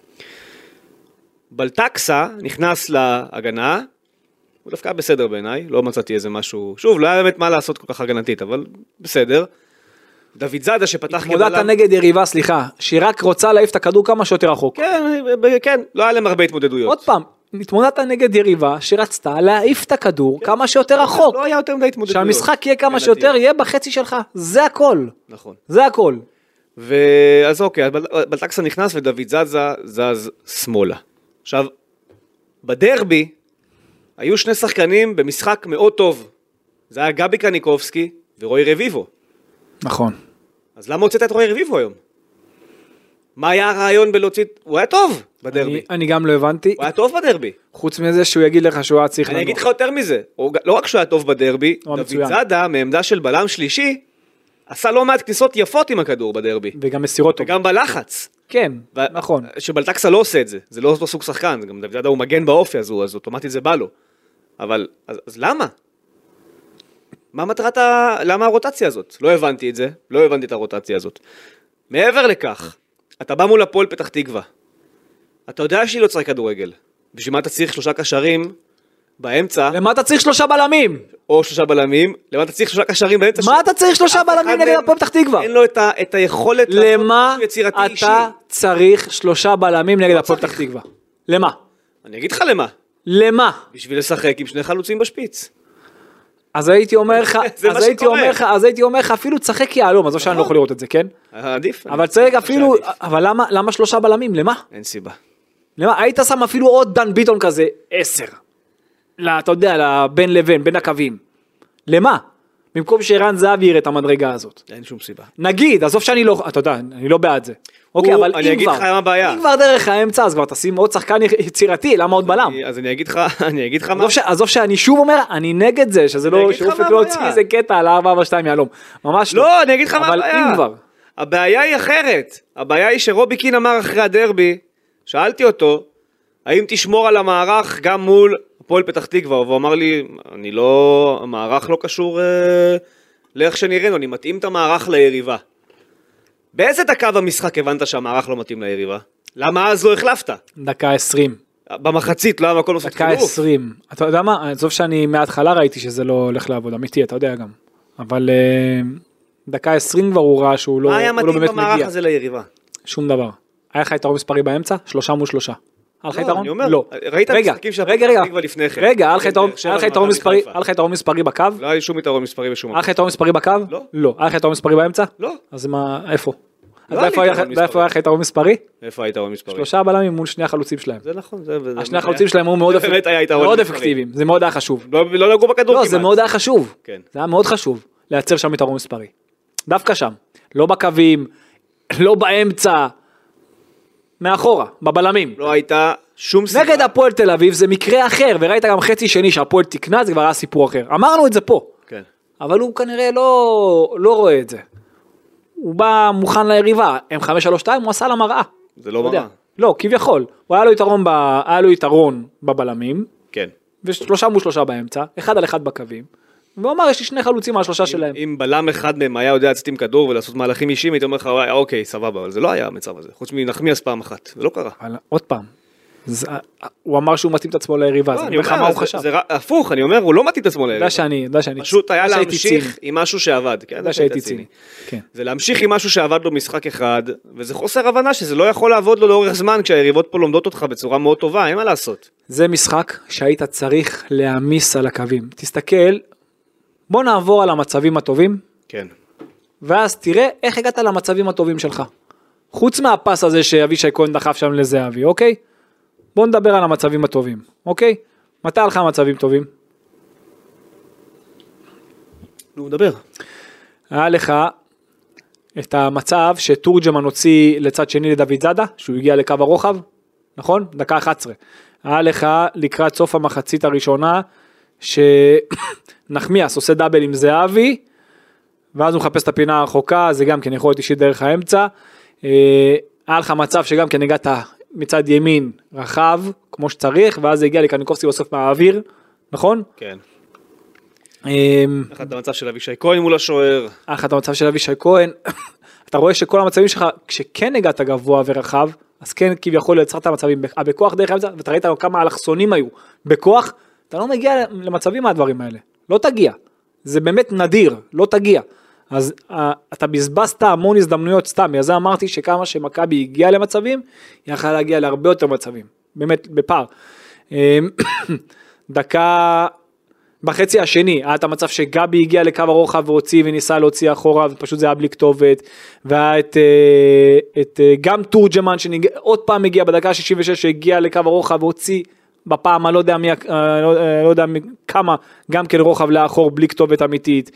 בלטקסה נכנס להגנה, הוא דווקא בסדר בעיניי, לא מצאתי איזה משהו, שוב, לא היה באמת מה לעשות כל כך הגנתית, אבל בסדר. דוד זאדה שפתח כבלם. התמודדת נגד יריבה, סליחה, שהיא רק רוצה להעיף את הכדור כמה שיותר רחוק. כן, לא היה להם הרבה התמודדויות. עוד פעם, התמודדת נגד יריבה שרצתה להעיף את הכדור כמה שיותר רחוק. לא היה יותר מדי התמודדויות. שהמשחק יהיה כמה שיותר, יהיה בחצי שלך. זה הכל. נכון. זה הכל. אז אוקיי, בלטקסה נכנס ודוד זאדה זז שמאלה. עכשיו, בדרבי היו 2 שחקנים במשחק מאוד טוב. זה היה גבי קניקובסקי ורוי רביבו. נכון. אז למה הוצאת את רוי רביבו היום? מה היה הרעיון בלהוציא? הוא היה טוב בדרבי. אני גם לא הבנתי. הוא היה טוב בדרבי. חוץ מזה שהוא יגיד לך שהוא היה צריך אני אגיד לך יותר מזה. לא רק שהוא היה טוב בדרבי, דוד זאדה, מעמדה של בלם שלישי, עשה לא מעט כניסות יפות עם הכדור בדרבי. וגם מסירות טוב. וגם בלחץ. כן, נכון. שבלטקסה לא עושה את זה. זה לא אותו סוג שחקן. גם דוד זאדה הוא מגן באופי, אז אוטומטית זה בא לו. אבל, אז למה? למה הרוטציה הזאת? לא הבנתי את זה, לא הבנתי את הרוטציה הזאת. מעבר לכך, אתה בא מול הפועל פתח תקווה. אתה יודע שהיא לא צריך כדורגל. בשביל מה אתה צריך 3 קשרים באמצע? למה אתה צריך 3 בלמים? או 3 בלמים, למה אתה צריך 3 קשרים באמצע? מה אתה צריך 3 בלמים נגד הפועל פתח תקווה? אין לו את היכולת למה אתה צריך 3 בלמים נגד הפועל פתח תקווה? למה? אני אגיד לך למה. למה? בשביל לשחק עם 2 חלוצים בשפיץ. אז הייתי אומר לך, זה מה שקורה. אז הייתי אומר לך, אפילו תשחק יעלום, אז לא שאני לא יכול לראות את זה, כן? עדיף. אבל צריך אפילו, אבל למה 3 בלמים? למה? אין סיבה. למה? היית שם אפילו עוד דן ביטון כזה, 10. אתה יודע, בין לבין, בין הקווים. למה? במקום שערן זהבי יראה את המדרגה הזאת. אין שום סיבה. נגיד, עזוב שאני לא, אתה יודע, אני לא בעד זה. אוקיי, אבל אני אגיד לך מה הבעיה. אם כבר דרך האמצע, אז כבר תשים עוד שחקן יצירתי, למה עוד בלם? אז אני אגיד לך מה. עזוב שאני שוב אומר, אני נגד זה, שזה לא, שאופק לא הוציא איזה קטע על 4-4-2 יעלום. ממש לא. לא, אני אגיד לך מה הבעיה. אבל אם כבר. הבעיה היא אחרת. הבעיה היא שרובי קין אמר אחרי הדרבי, שאלתי אותו, האם תשמור על המערך גם מול הפועל פתח תקווה, והוא אמר לי, המערך לא קשור לאיך שנראינו, אני מתאים את המערך ליריבה. באיזה דקה במשחק הבנת שהמערך לא מתאים ליריבה? למה אז לא החלפת? דקה 20. במחצית, לא היה מקום לעשות דקה 20. אתה יודע מה? עזוב שאני מההתחלה ראיתי שזה לא הולך לעבוד, אמיתי, אתה יודע גם. אבל דקה 20 כבר הוא ראה שהוא לא באמת מגיע. מה היה מתאים במערך הזה ליריבה? שום דבר. היה לך יתרון מספרי באמצע? 3 מול 3. היה לך יתרון? אני אומר, לא. ראית המשחקים של הפועל פתח תקווה לפני כן. רגע, היה לך יתרון מספרי בקו? לא היה לי שום יתרון מספרי בשום מקום. היה לך יתרון מספרי בקו? לא. לא. היה לך יתרון מספרי באמצע? לא. אז מה, איפה? לא איפה היה לך יתרון מספרי? איפה היתרון מספרי? 3 בלמים מול 2 החלוצים שלהם. זה נכון. השני החלוצים שלהם היו מאוד אפקטיביים, זה מאוד היה חשוב. לא נגעו בכדור כמעט. לא, זה מאוד היה חשוב. כן. זה היה מאוד חשוב לייצר שם יתרון מספרי. דווקא שם. לא בקווים, לא באמצע, מאחורה, בבלמים. לא הייתה שום סיבה. נגד הפועל תל אביב זה מקרה אחר, וראית גם חצי שני שהפועל תקנה, זה כבר היה סיפור אחר. אמרנו את זה פה. כן. אבל הוא כנראה לא רואה את זה. הוא בא מוכן ליריבה, M532, הוא עשה לה מראה. זה לא מראה. לא, כביכול. היה לו יתרון בבלמים, כן. ו3 מול 3 באמצע, 1 על 1 בקווים, והוא אמר, יש לי 2 חלוצים על 3 שלהם. אם בלם אחד מהם היה יודע לצאת עם כדור ולעשות מהלכים אישיים, הייתי אומר לך, אוקיי, סבבה, אבל זה לא היה המצב הזה. חוץ מנחמיאס פעם אחת, זה לא קרה. אבל עוד פעם, הוא אמר שהוא מתאים את עצמו ליריבה, זה אומר לך מה הוא חשב. זה הפוך, אני אומר, הוא לא מתאים את עצמו ליריבה. יודע שאני פשוט היה להמשיך עם משהו שעבד. יודע שהייתי ציני. זה להמשיך עם משהו שעבד לו משחק אחד, וזה חוסר הבנה שזה לא יכול לעבוד לו לאורך זמן, כשהיריבות פה לומדות אותך בצורה מאוד טובה, אין מה לעשות. זה משחק שהיית צריך להעמיס על הקווים. תסתכל, בוא נעבור על המצבים הטובים. כן. ואז תראה איך הגעת למצבים הטובים שלך. חוץ מהפס הזה שאבישי כהן דחף שם לזהבי, אוקיי? בוא נדבר על המצבים הטובים, אוקיי? מתי הלכה המצבים טובים? נו, נדבר. היה לך את המצב שתורג'מן הוציא לצד שני לדוד זאדה, שהוא הגיע לקו הרוחב, נכון? דקה 11. היה לך לקראת סוף המחצית הראשונה, שנחמיאס עושה דאבל עם זהבי, ואז הוא מחפש את הפינה הרחוקה, זה גם כן יכולת אישית דרך האמצע. היה לך מצב שגם כן הגעת מצד ימין רחב, כמו שצריך, ואז זה הגיע לקניקובסקי בסוף מהאוויר, נכון? כן. אחת המצב של אבישי כהן מול השוער. אחת המצב של אבישי כהן, אתה רואה שכל המצבים שלך, כשכן הגעת גבוה ורחב, אז כן כביכול יצרת המצבים בכוח דרך האמצע, ואתה ראית כמה אלכסונים היו בכוח, אתה לא מגיע למצבים מהדברים האלה, לא תגיע, זה באמת נדיר, לא תגיע. אז אתה בזבזת המון הזדמנויות סתם, אז אמרתי שכמה שמכבי הגיע למצבים, היא יכולה להגיע להרבה יותר מצבים, באמת בפער. דקה בחצי השני, היה את המצב שגבי הגיע לקו הרוחב והוציא וניסה להוציא אחורה, ופשוט זה היה בלי כתובת, והיה את גם תורג'מן, שעוד פעם הגיע בדקה ה-66, שהגיע לקו הרוחב והוציא, בפעם, אני לא יודע כמה, גם כן רוחב לאחור, בלי כתובת אמיתית.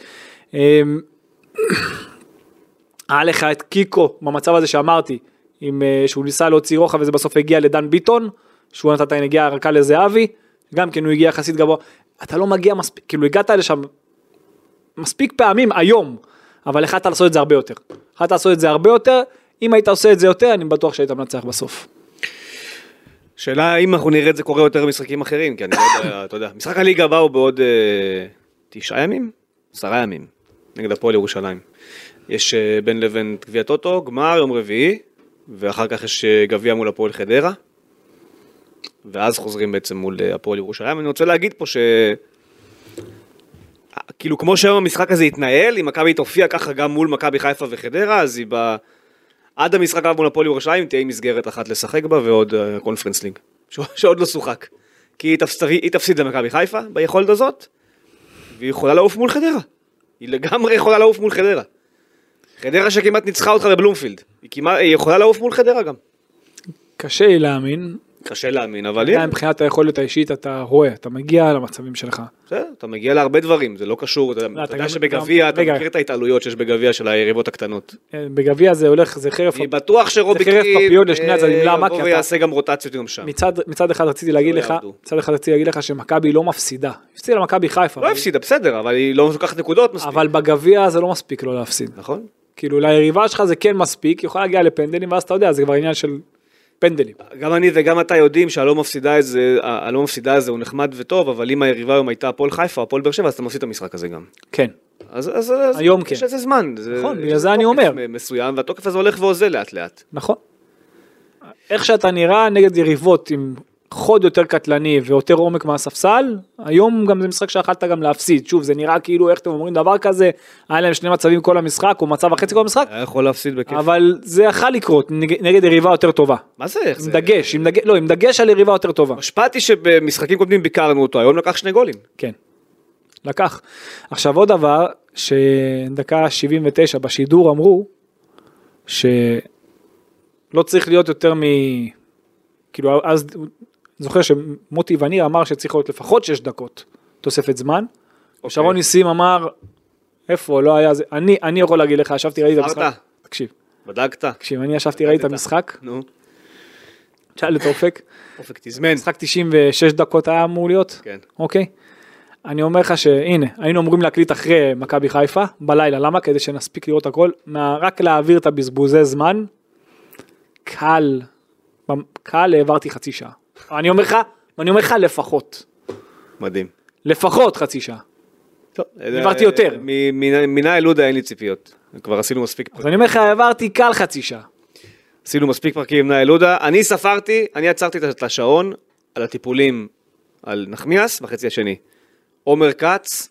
היה לך את קיקו במצב הזה שאמרתי, שהוא ניסה להוציא רוחב וזה בסוף הגיע לדן ביטון, שהוא נתת נגיעה רכה לזהבי, גם כן הוא הגיע יחסית גבוה, אתה לא מגיע מספיק, כאילו הגעת לשם מספיק פעמים היום, אבל החלטת לעשות את זה הרבה יותר. החלטת לעשות את זה הרבה יותר, אם היית עושה את זה יותר, אני בטוח שהיית מנצח בסוף. שאלה אם אנחנו נראה את זה קורה יותר במשחקים אחרים, כי אני לא יודע, אתה יודע, משחק הליגה הבא הוא בעוד 9 ימים? 10 ימים, נגד הפועל ירושלים. יש בין לבין גביע טוטו, גמר יום רביעי, ואחר כך יש גביע מול הפועל חדרה, ואז חוזרים בעצם מול הפועל ירושלים. אני רוצה להגיד פה כאילו כמו שהיום המשחק הזה יתנהל, אם מכבי תופיע ככה גם מול מכבי חיפה וחדרה, אז היא עד המשחק מול הפועל ירושלים תהיה מסגרת אחת לשחק בה, ועוד קונפרנס ליג, שעוד לא שוחק. כי היא תפסיד למכבי חיפה ביכולת הזאת, והיא יכולה לעוף מול חדרה. היא לגמרי יכולה לעוף מול חדרה. חדרה שכמעט ניצחה אותך בבלומפילד. היא יכולה לעוף מול חדרה גם. קשה לי להאמין. קשה להאמין, אבל מבחינת היכולת האישית אתה רואה, אתה מגיע למצבים שלך. אתה מגיע להרבה דברים, זה לא קשור, אתה יודע שבגביע, אתה מכיר את ההתעלויות שיש בגביע של היריבות הקטנות. בגביע זה הולך, זה חרף... אני בטוח שרובי קין יבוא ויעשה גם רוטציות גם שם. מצד אחד רציתי להגיד לך שמכבי לא מפסידה. הפסידה למכבי חיפה. לא הפסידה, בסדר, אבל היא לא לוקחת נקודות מספיק. אבל בגביע זה לא מספיק לא להפסיד. נכון. כאילו ליריבה שלך זה כן מספיק, יכול להגיע לפנדלים, ואז אתה יודע, זה כבר עניין של פנדלים. גם אני וגם אתה יודעים שהלא מפסידה הזה הוא נחמד וטוב, אבל אם היריבה היום הייתה הפועל חיפה, הפועל באר שבע, אז אתה מפסיד את המשחק הזה גם. כן. אז היום כן. יש איזה זמן. נכון, בגלל זה אני אומר. מסוים, והתוקף הזה הולך ועוזל לאט לאט. נכון. איך שאתה נראה נגד יריבות עם חוד יותר קטלני ויותר עומק מהספסל, היום גם זה משחק שאכלת גם להפסיד. שוב, זה נראה כאילו איך אתם אומרים דבר כזה, היה להם שני מצבים כל המשחק, או מצב וחצי כל המשחק. היה יכול להפסיד בכיף. אבל זה יכול לקרות נגד יריבה יותר טובה. מה זה? איך זה? עם דגש על יריבה יותר טובה. משפטי שבמשחקים קודמים ביקרנו אותו, היום לקח 2 גולים. כן. לקח. עכשיו עוד דבר, שדקה 79 בשידור אמרו, שלא צריך להיות יותר כאילו אז זוכר שמוטי וניר אמר שצריך להיות לפחות 6 דקות תוספת זמן, שרון ניסים אמר, איפה, לא היה זה, אני יכול להגיד לך, ישבתי ראיתי את המשחק, תקשיב, בדקת, תקשיב, אני ישבתי ראיתי את המשחק, נו, שאל את אופק, אופק תזמן, משחק 96 דקות היה אמור להיות, כן, אוקיי, אני אומר לך שהנה, היינו אמורים להקליט אחרי מכבי חיפה, בלילה, למה? כדי שנספיק לראות הכל, רק להעביר את הבזבוזי זמן, קל העברתי חצי שעה. אני אומר לך לפחות. מדהים. לפחות חצי שעה. העברתי יותר. מינה אלודה אין לי ציפיות. כבר עשינו מספיק פרקים. אז אני אומר לך, העברתי קל חצי שעה. עשינו מספיק פרקים עם מינה אלודה. אני עצרתי את השעון על הטיפולים על נחמיאס בחצי השני. עומר כץ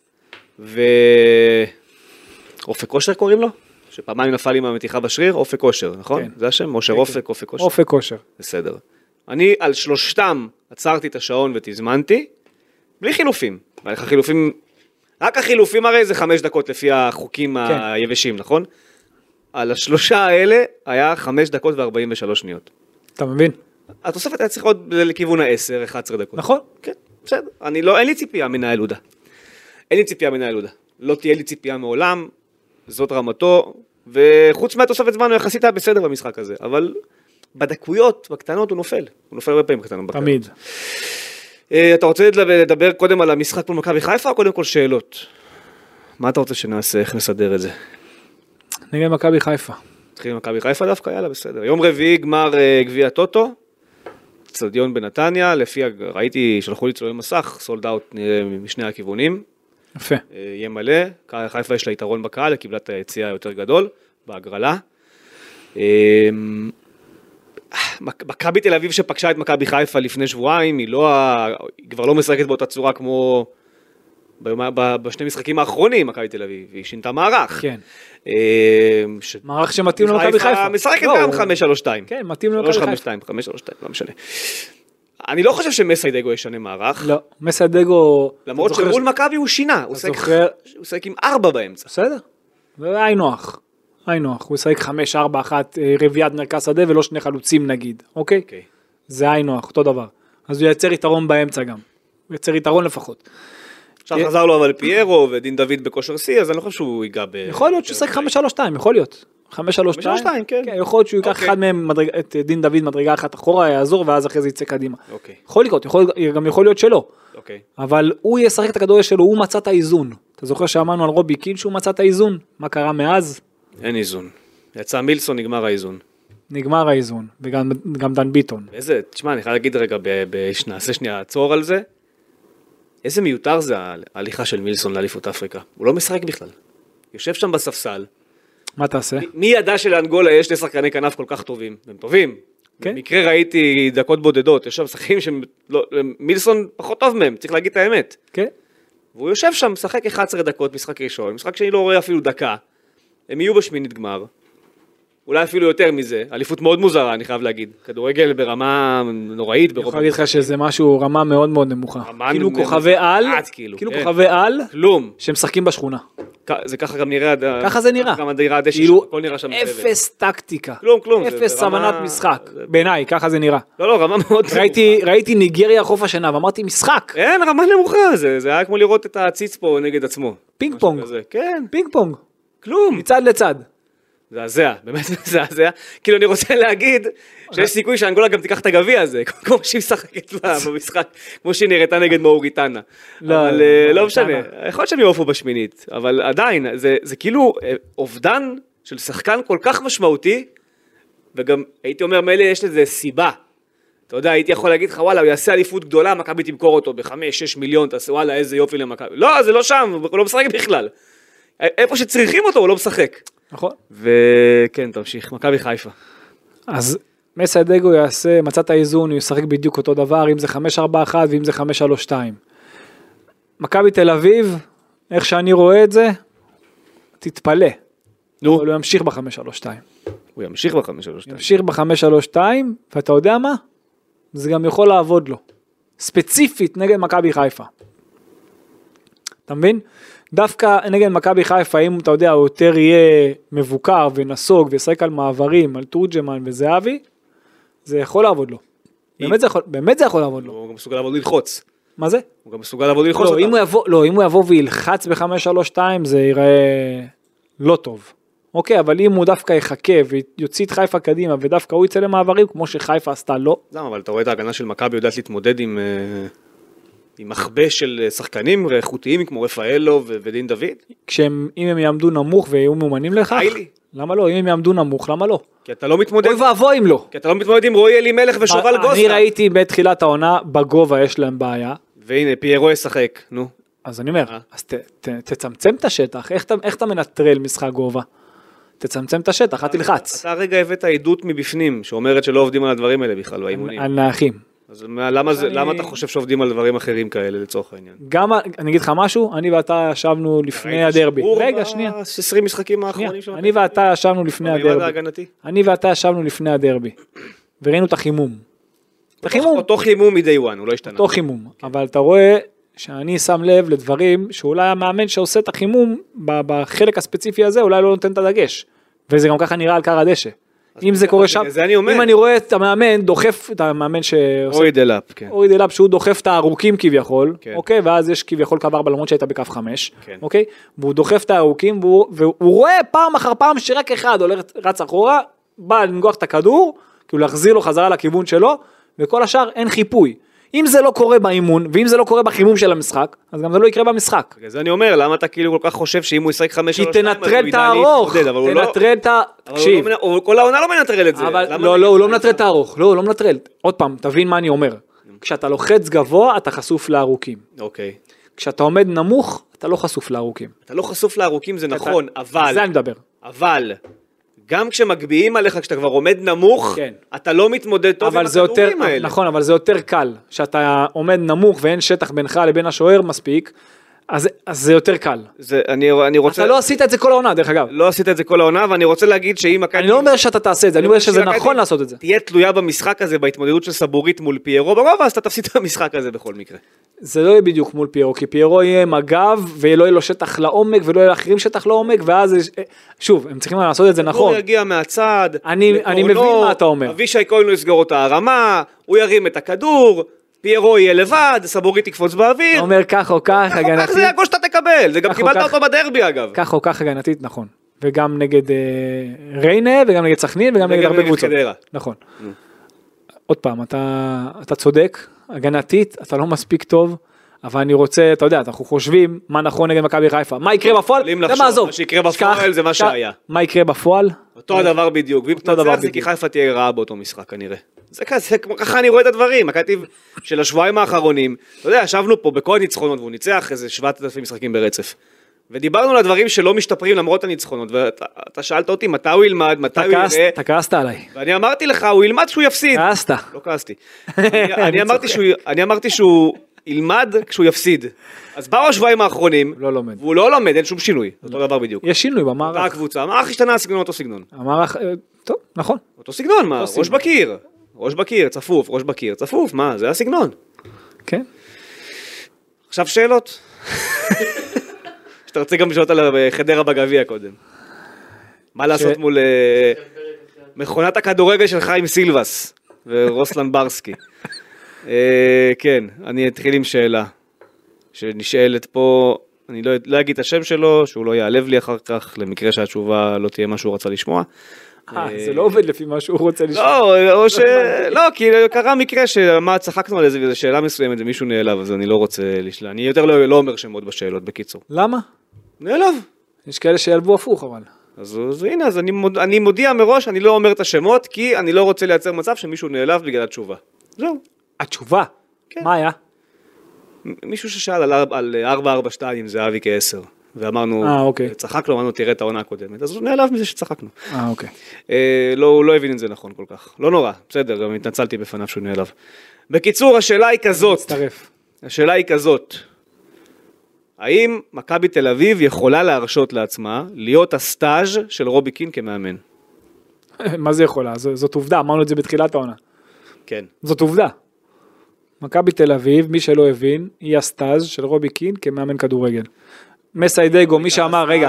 אופק כושר קוראים לו? שפעמיים נפל עם המתיחה בשריר, אופק כושר, נכון? כן. זה השם? משה אופק כושר? אופק כושר. בסדר. אני על 3 עצרתי את השעון ותזמנתי, בלי חילופים. רק החילופים הרי זה 5 דקות לפי החוקים היבשים, נכון? על 3 האלה היה 5 דקות ו43 שניות. אתה מבין? התוספת היה צריך עוד לכיוון 10-11 דקות. נכון. כן, בסדר. אין לי ציפייה מן הילודה. לא תהיה לי ציפייה מעולם. זאת רמתו, וחוץ מהתוספת זמן הוא יחסית היה בסדר במשחק הזה, אבל בדקויות, בקטנות הוא נופל הרבה פעמים קטנות. תמיד. אתה רוצה לדבר קודם על המשחק מול מכבי חיפה, או קודם כל שאלות? מה אתה רוצה שנעשה, איך נסדר את זה? נגד מכבי חיפה. נתחיל עם מכבי חיפה דווקא, יאללה בסדר. יום רביעי גמר גביע טוטו, אצטדיון בנתניה, ראיתי, שלחו לי צלולי מסך, סולד אאוט משני הכיוונים. יפה. יהיה מלא, חיפה יש לה יתרון בקהל, היא קיבלה את היציאה יותר גדול, בהגרלה. מכבי תל אביב שפגשה את מכבי חיפה לפני שבועיים, היא כבר לא משחקת באותה צורה כמו בשני משחקים האחרונים, מכבי תל אביב, היא שינתה מערך. כן. מערך שמתאים למכבי חיפה. משחקת גם 5-3-2. כן, מתאים למכבי חיפה. 3-5-2, 5-3-2, לא משנה. אני לא חושב שמסיידגו ישנה מערך. לא, מסיידגו... למרות שמול מכבי הוא שינה, הוא שחק עם 4 באמצע. בסדר, זה היי נוח. הוא שחק 5-4-1 רביעיית מרכז שדה ולא 2 חלוצים נגיד, אוקיי? זה היי נוח, אותו דבר. אז הוא ייצר יתרון באמצע גם. הוא ייצר יתרון לפחות. עכשיו חזר לו אבל פיירו ודין דוד בכושר C, אז אני לא חושב שהוא ייגע יכול להיות שהוא שחק 5-3-2, יכול להיות. 5-3-2, כן. יכול להיות שהוא ייקח אחד מהם, את דין דוד מדרגה אחת אחורה, יעזור, ואז אחרי זה יצא קדימה. אוקיי. יכול לקרות, גם יכול להיות שלא. אוקיי. אבל הוא ישחק את הכדורגל שלו, הוא מצא את האיזון. אתה זוכר שאמרנו על רובי קין שהוא מצא את האיזון? מה קרה מאז? אין איזון. יצא מילסון, נגמר האיזון. נגמר האיזון, וגם דן ביטון. תשמע, אני חייב להגיד רגע, נעשה שנייה עצור על זה. איזה מיותר זה ההליכה של מילסון לאליפות אפריקה. הוא לא משחק בכלל. יושב שם בספסל. מה תעשה? מי ידע שלאנגולה יש 2 שחקני כנף כל כך טובים? הם טובים. כן. במקרה ראיתי דקות בודדות, יש שם שחקים שמילסון פחות טוב מהם, צריך להגיד את האמת. כן. והוא יושב שם, משחק 11 דקות, משחק ראשון, משחק שאני לא רואה אפילו דקה. הם יהיו בשמינית גמר. אולי אפילו יותר מזה, אליפות מאוד מוזרה, אני חייב להגיד. כדורגל ברמה נוראית. אני יכול להגיד לך שזה משהו, רמה מאוד מאוד נמוכה. כאילו כוכבי על, כאילו כוכבי על, שמשחקים בשכונה. זה ככה גם נראה. ככה זה נראה. גם הדירה הדשא, הכל נראה שם. אפס טקטיקה. כלום. אפס הבנת משחק. בעיניי, ככה זה נראה. לא, רמה מאוד נמוכה. ראיתי ניגריה חוף השנה, ואמרתי משחק. אין, רמה נמוכה. זה היה כמו לראות את הציץ פה נגד עצמו. פינג פונג. כן. פינג פונג. כלום. מצד לצד. זעזע, באמת זעזע. כאילו אני רוצה להגיד שיש סיכוי שאנגולה גם תיקח את הגביע הזה, כמו שהיא משחקת במשחק, כמו שהיא נראתה נגד מאוריטנה. אבל לא משנה, יכול להיות שהם יעופו בשמינית, אבל עדיין, זה כאילו אובדן של שחקן כל כך משמעותי, וגם הייתי אומר, מילא יש לזה סיבה. אתה יודע, הייתי יכול להגיד לך, וואלה, הוא יעשה אליפות גדולה, מכבי תמכור אותו ב5-6 מיליון, תעשה וואלה, איזה יופי למכבי. לא, זה לא שם, הוא לא משחק בכלל. איפה שצריכים אותו, הוא לא משחק. נכון. וכן, תמשיך, מכבי חיפה. אז מסיידגו יעשה, מצא את האיזון, הוא ישחק בדיוק אותו דבר, אם זה 5-4-1 ואם זה 5-3-2. מכבי תל אביב, איך שאני רואה את זה, תתפלא. נו. אבל הוא ימשיך ב-5-3-2. הוא ימשיך ב-5-3-2. ימשיך ב-5-3-2, ואתה יודע מה? זה גם יכול לעבוד לו. ספציפית נגד מכבי חיפה. אתה מבין? דווקא נגד מכבי חיפה, אם אתה יודע, הוא יותר יהיה מבוקר ונסוג וישחק על מעברים, על תורג'מן וזהבי, זה יכול לעבוד לו. באמת זה יכול לעבוד לו. הוא גם מסוגל לעבוד ללחוץ. מה זה? הוא גם מסוגל לעבוד ללחוץ אותם. אם הוא יבוא וילחץ ב-5-3-2, זה ייראה לא טוב. אוקיי, אבל אם הוא דווקא יחכה ויוציא את חיפה קדימה, ודווקא הוא יצא למעברים, כמו שחיפה עשתה לו. למה, אבל אתה רואה את ההגנה של מכבי יודעת להתמודד עם מחבה של שחקנים איכותיים כמו רפאלו ודין דוד? אם הם יעמדו נמוך ויהיו מאומנים לכך? למה לא? אם הם יעמדו נמוך, למה לא? כי אתה לא מתמודד... אוי ואבוי אם לא. כי אתה לא מתמודד עם רועי אלימלך ושובל גוסטה. אני ראיתי בתחילת העונה, בגובה יש להם בעיה. והנה, פיירו ישחק, נו. אז אני אומר, אז תצמצם את השטח, איך אתה מנטרל משחק גובה? תצמצם את השטח, אתה תלחץ. אתה הרגע הבאת עדות מבפנים, שאומרת שלא עובדים על הדברים האלה בכלל, באימונים. על נאחים. אז למה אתה חושב שעובדים על דברים אחרים כאלה לצורך העניין? גם, אני אגיד לך משהו, אני ואתה ישבנו לפני הדרבי. רגע, שנייה. 20 משחקים האחרונים שלנו. אני ואתה ישבנו לפני הדרבי. וראינו את החימום. אותו חימום מדי וואן, הוא לא השתנה. אותו חימום, אבל אתה רואה שאני שם לב לדברים שאולי המאמן שעושה את החימום בחלק הספציפי הזה, אולי לא נותן את הדגש. וזה גם ככה נראה על קר הדשא. אם זה קורה שם, אם אני רואה את המאמן דוחף, את המאמן אוריד אלאפ, כן. אוריד אלאפ שהוא דוחף את הארוכים כביכול, אוקיי, ואז יש כביכול קו 4 למרות שהייתה בקו 5, אוקיי, והוא דוחף את הארוכים, והוא רואה פעם אחר פעם שרק אחד רץ אחורה, בא לנגוח את הכדור, כאילו להחזיר לו חזרה לכיוון שלו, וכל השאר אין חיפוי. אם זה לא קורה באימון, ואם זה לא קורה בחימום של המשחק, אז גם זה לא יקרה במשחק. אז אני אומר, למה אתה כאילו כל כך חושב שאם הוא ישחק 5-3-2, כי תנטרל את הארוך, תנטרל את ה... תקשיב. כל העונה לא מנטרל את זה. לא, הוא לא מנטרל את הארוך, לא, הוא לא מנטרל. עוד פעם, תבין מה אני אומר. כשאתה לוחץ גבוה, אתה חשוף לארוכים. אוקיי. כשאתה עומד נמוך, אתה לא חשוף לארוכים. אתה לא חשוף לארוכים, זה נכון, אבל... זה אני מדבר. אבל... גם כשמגביעים עליך, כשאתה כבר עומד נמוך, כן. אתה לא מתמודד טוב עם הכדורים האלה. נכון, אבל זה יותר קל, שאתה עומד נמוך ואין שטח בינך לבין השוער מספיק, אז זה יותר קל. אני רוצה... אתה לא עשית את זה כל העונה, דרך אגב. לא עשית את זה כל העונה, ואני רוצה להגיד שאם... אני לא אומר שאתה תעשה את זה, אני אומר שזה נכון לעשות את זה. תהיה תלויה במשחק הזה, בהתמודדות של סבורית מול פיירו ברוב, אז אתה תפסיד את המשחק הזה בכל מקרה. זה לא יהיה בדיוק מול פיירו, כי פיירו יהיה מגב, ולא יהיה לו שטח לעומק, ולא יהיה לאחרים שטח לעומק, ואז, שוב, הם צריכים לעשות את זה נכון. הוא יגיע מהצד, אני מבין מה אתה אומר. אבישי כהן יסגור אותה הרמה, הוא ירים את הכדור, פיירו יהיה לבד, סבורית יקפוץ באוויר. אתה אומר כך או כך, הגנתית. זה הכל שאתה תקבל, זה גם קיבלת אותו בדרבי אגב. כך או כך הגנתית, נכון. וגם נגד ריינה, וגם נגד סכנין, וגם נגד הרבה קבוצות. נכון. עוד פעם, אתה צודק, הגנתית, אתה לא מספיק טוב, אבל אני רוצה, אתה יודע, אנחנו חושבים מה נכון נגד מכבי חיפה. מה יקרה בפועל? זה מה עזוב. מה שיקרה בפועל זה מה שהיה. מה יקרה בפועל? אותו הדבר בדיוק. ואם תנצח זה כי חיפה תהיה רעה באותו משחק כנראה. זה ככה אני רואה את הדברים. הכתיב של השבועיים האחרונים, אתה יודע, ישבנו פה בכל ניצחונות, והוא ניצח איזה 7,000 משחקים ברצף. ודיברנו על הדברים שלא משתפרים למרות הניצחונות, ואתה שאלת אותי מתי הוא ילמד, מתי הוא יראה. אתה כעסת עליי. ואני אמרתי לך, הוא ילמד שהוא יפסיד. כעסת. לא כעסתי. אני אמרתי שהוא ילמד כשהוא יפסיד. אז באו השבועיים האחרונים, לא לומד. והוא לא לומד, אין שום שינוי. אותו דבר בדיוק. יש שינוי במערך. הקבוצה, המערך השתנה, הסגנון אותו סגנון. המערך, טוב, נכון. אותו סגנון, מה? ראש בקיר. ראש בקיר, צפוף, ראש בקיר, צפוף, מה? זה הסגנון. כן. עכשיו שאלות. שאתה רוצה גם לשאול על חדרה בגביע קודם. מה לעשות מול מכונת הכדורגל של חיים סילבס ורוסלן ברסקי. כן, אני אתחיל עם שאלה שנשאלת פה, אני לא אגיד את השם שלו, שהוא לא יעלב לי אחר כך, למקרה שהתשובה לא תהיה מה שהוא רצה לשמוע. זה לא עובד לפי מה שהוא רוצה לשמוע. לא, כי קרה מקרה שמה צחקנו על איזה וזו שאלה מסוימת ומישהו נעלב, אז אני לא רוצה לשלה. אני יותר לא אומר שמות בשאלות, בקיצור. למה? נעלב. יש כאלה שילבו הפוך, אבל. אז הנה, אז אני מודיע מראש, אני לא אומר את השמות, כי אני לא רוצה לייצר מצב שמישהו נעלב בגלל התשובה. זהו. התשובה? כן. מה היה? מישהו ששאל על 442 עם זהבי כ-10, ואמרנו, אוקיי. צחקנו, אמרנו תראה את העונה הקודמת, אז הוא נעלב מזה שצחקנו. אוקיי. הוא לא הבין את זה נכון כל כך. לא נורא, בסדר, גם התנצלתי בפניו שהוא נעלב. בקיצור, השאלה היא כזאת. מצטרף. השאלה היא כזאת. האם מכבי תל אביב יכולה להרשות לעצמה להיות הסטאז' של רובי קין כמאמן? מה זה יכולה? זאת עובדה, אמרנו את זה בתחילת העונה. כן. זאת עובדה. מכבי תל אביב, מי שלא הבין, היא הסטאז' של רובי קין כמאמן כדורגל. מסיידגו, מי שאמר, רגע,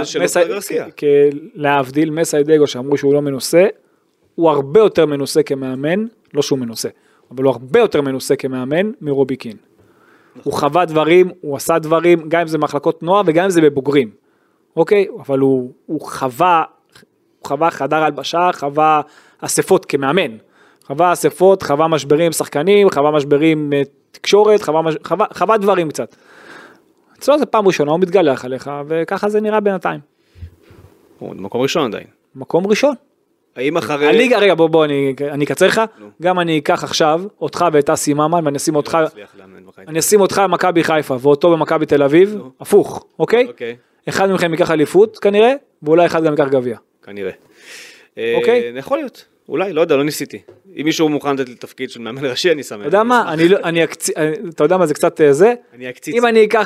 להבדיל, מסיידגו שאמרו שהוא לא מנוסה, הוא הרבה יותר מנוסה כמאמן, לא שהוא מנוסה, אבל הוא הרבה יותר מנוסה כמאמן מרובי קין. הוא חווה דברים, הוא עשה דברים, גם אם זה מחלקות נוער וגם אם זה בבוגרים. אוקיי? אבל הוא חווה חדר הלבשה, חווה אספות כמאמן. חווה אספות, חווה משברים שחקנים, חווה משברים תקשורת, חווה דברים קצת. אצלו זה פעם ראשונה, הוא מתגלח עליך, וככה זה נראה בינתיים. הוא מקום ראשון עדיין. מקום ראשון. האם אחרי... רגע, בוא, אני אקצר לך. גם אני אקח עכשיו, אותך ואת אסי ממן, ואני אשים אותך... אני אשים אותך במכבי חיפה, ואותו במכבי תל אביב, הפוך, אוקיי? אחד מכם ייקח אליפות, כנראה, ואולי אחד גם ייקח גביע. כנראה. אוקיי? יכול להיות. אולי, לא יודע, לא ניסיתי. אם מישהו מוכן לתת לי תפקיד של מאמן ראשי, אני שמח. אתה יודע מה? אתה יודע מה, זה קצת זה? אני אקציץ.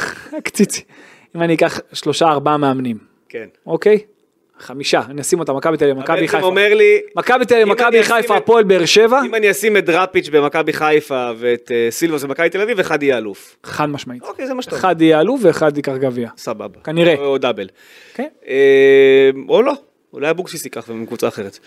אם אני אקח 3-4 מאמנים. כן. אוקיי? 5, אני אשים אותם, מכבי תל אביב, מכבי חיפה. אומר לי... מכבי תל אביב, מכבי חיפה, הפועל באר שבע. אם אני אשים את דראפיץ' במכבי חיפה ואת סילבס במכבי תל אביב, אחד יהיה אלוף. חד משמעית. אוקיי, זה מה שטוב. אחד יהיה אלוף ואחד ייקח גביע. סבבה. כנראה. או דאבל. כן. או לא. אולי אבוקסיס ייקח במקבוצה אחרת.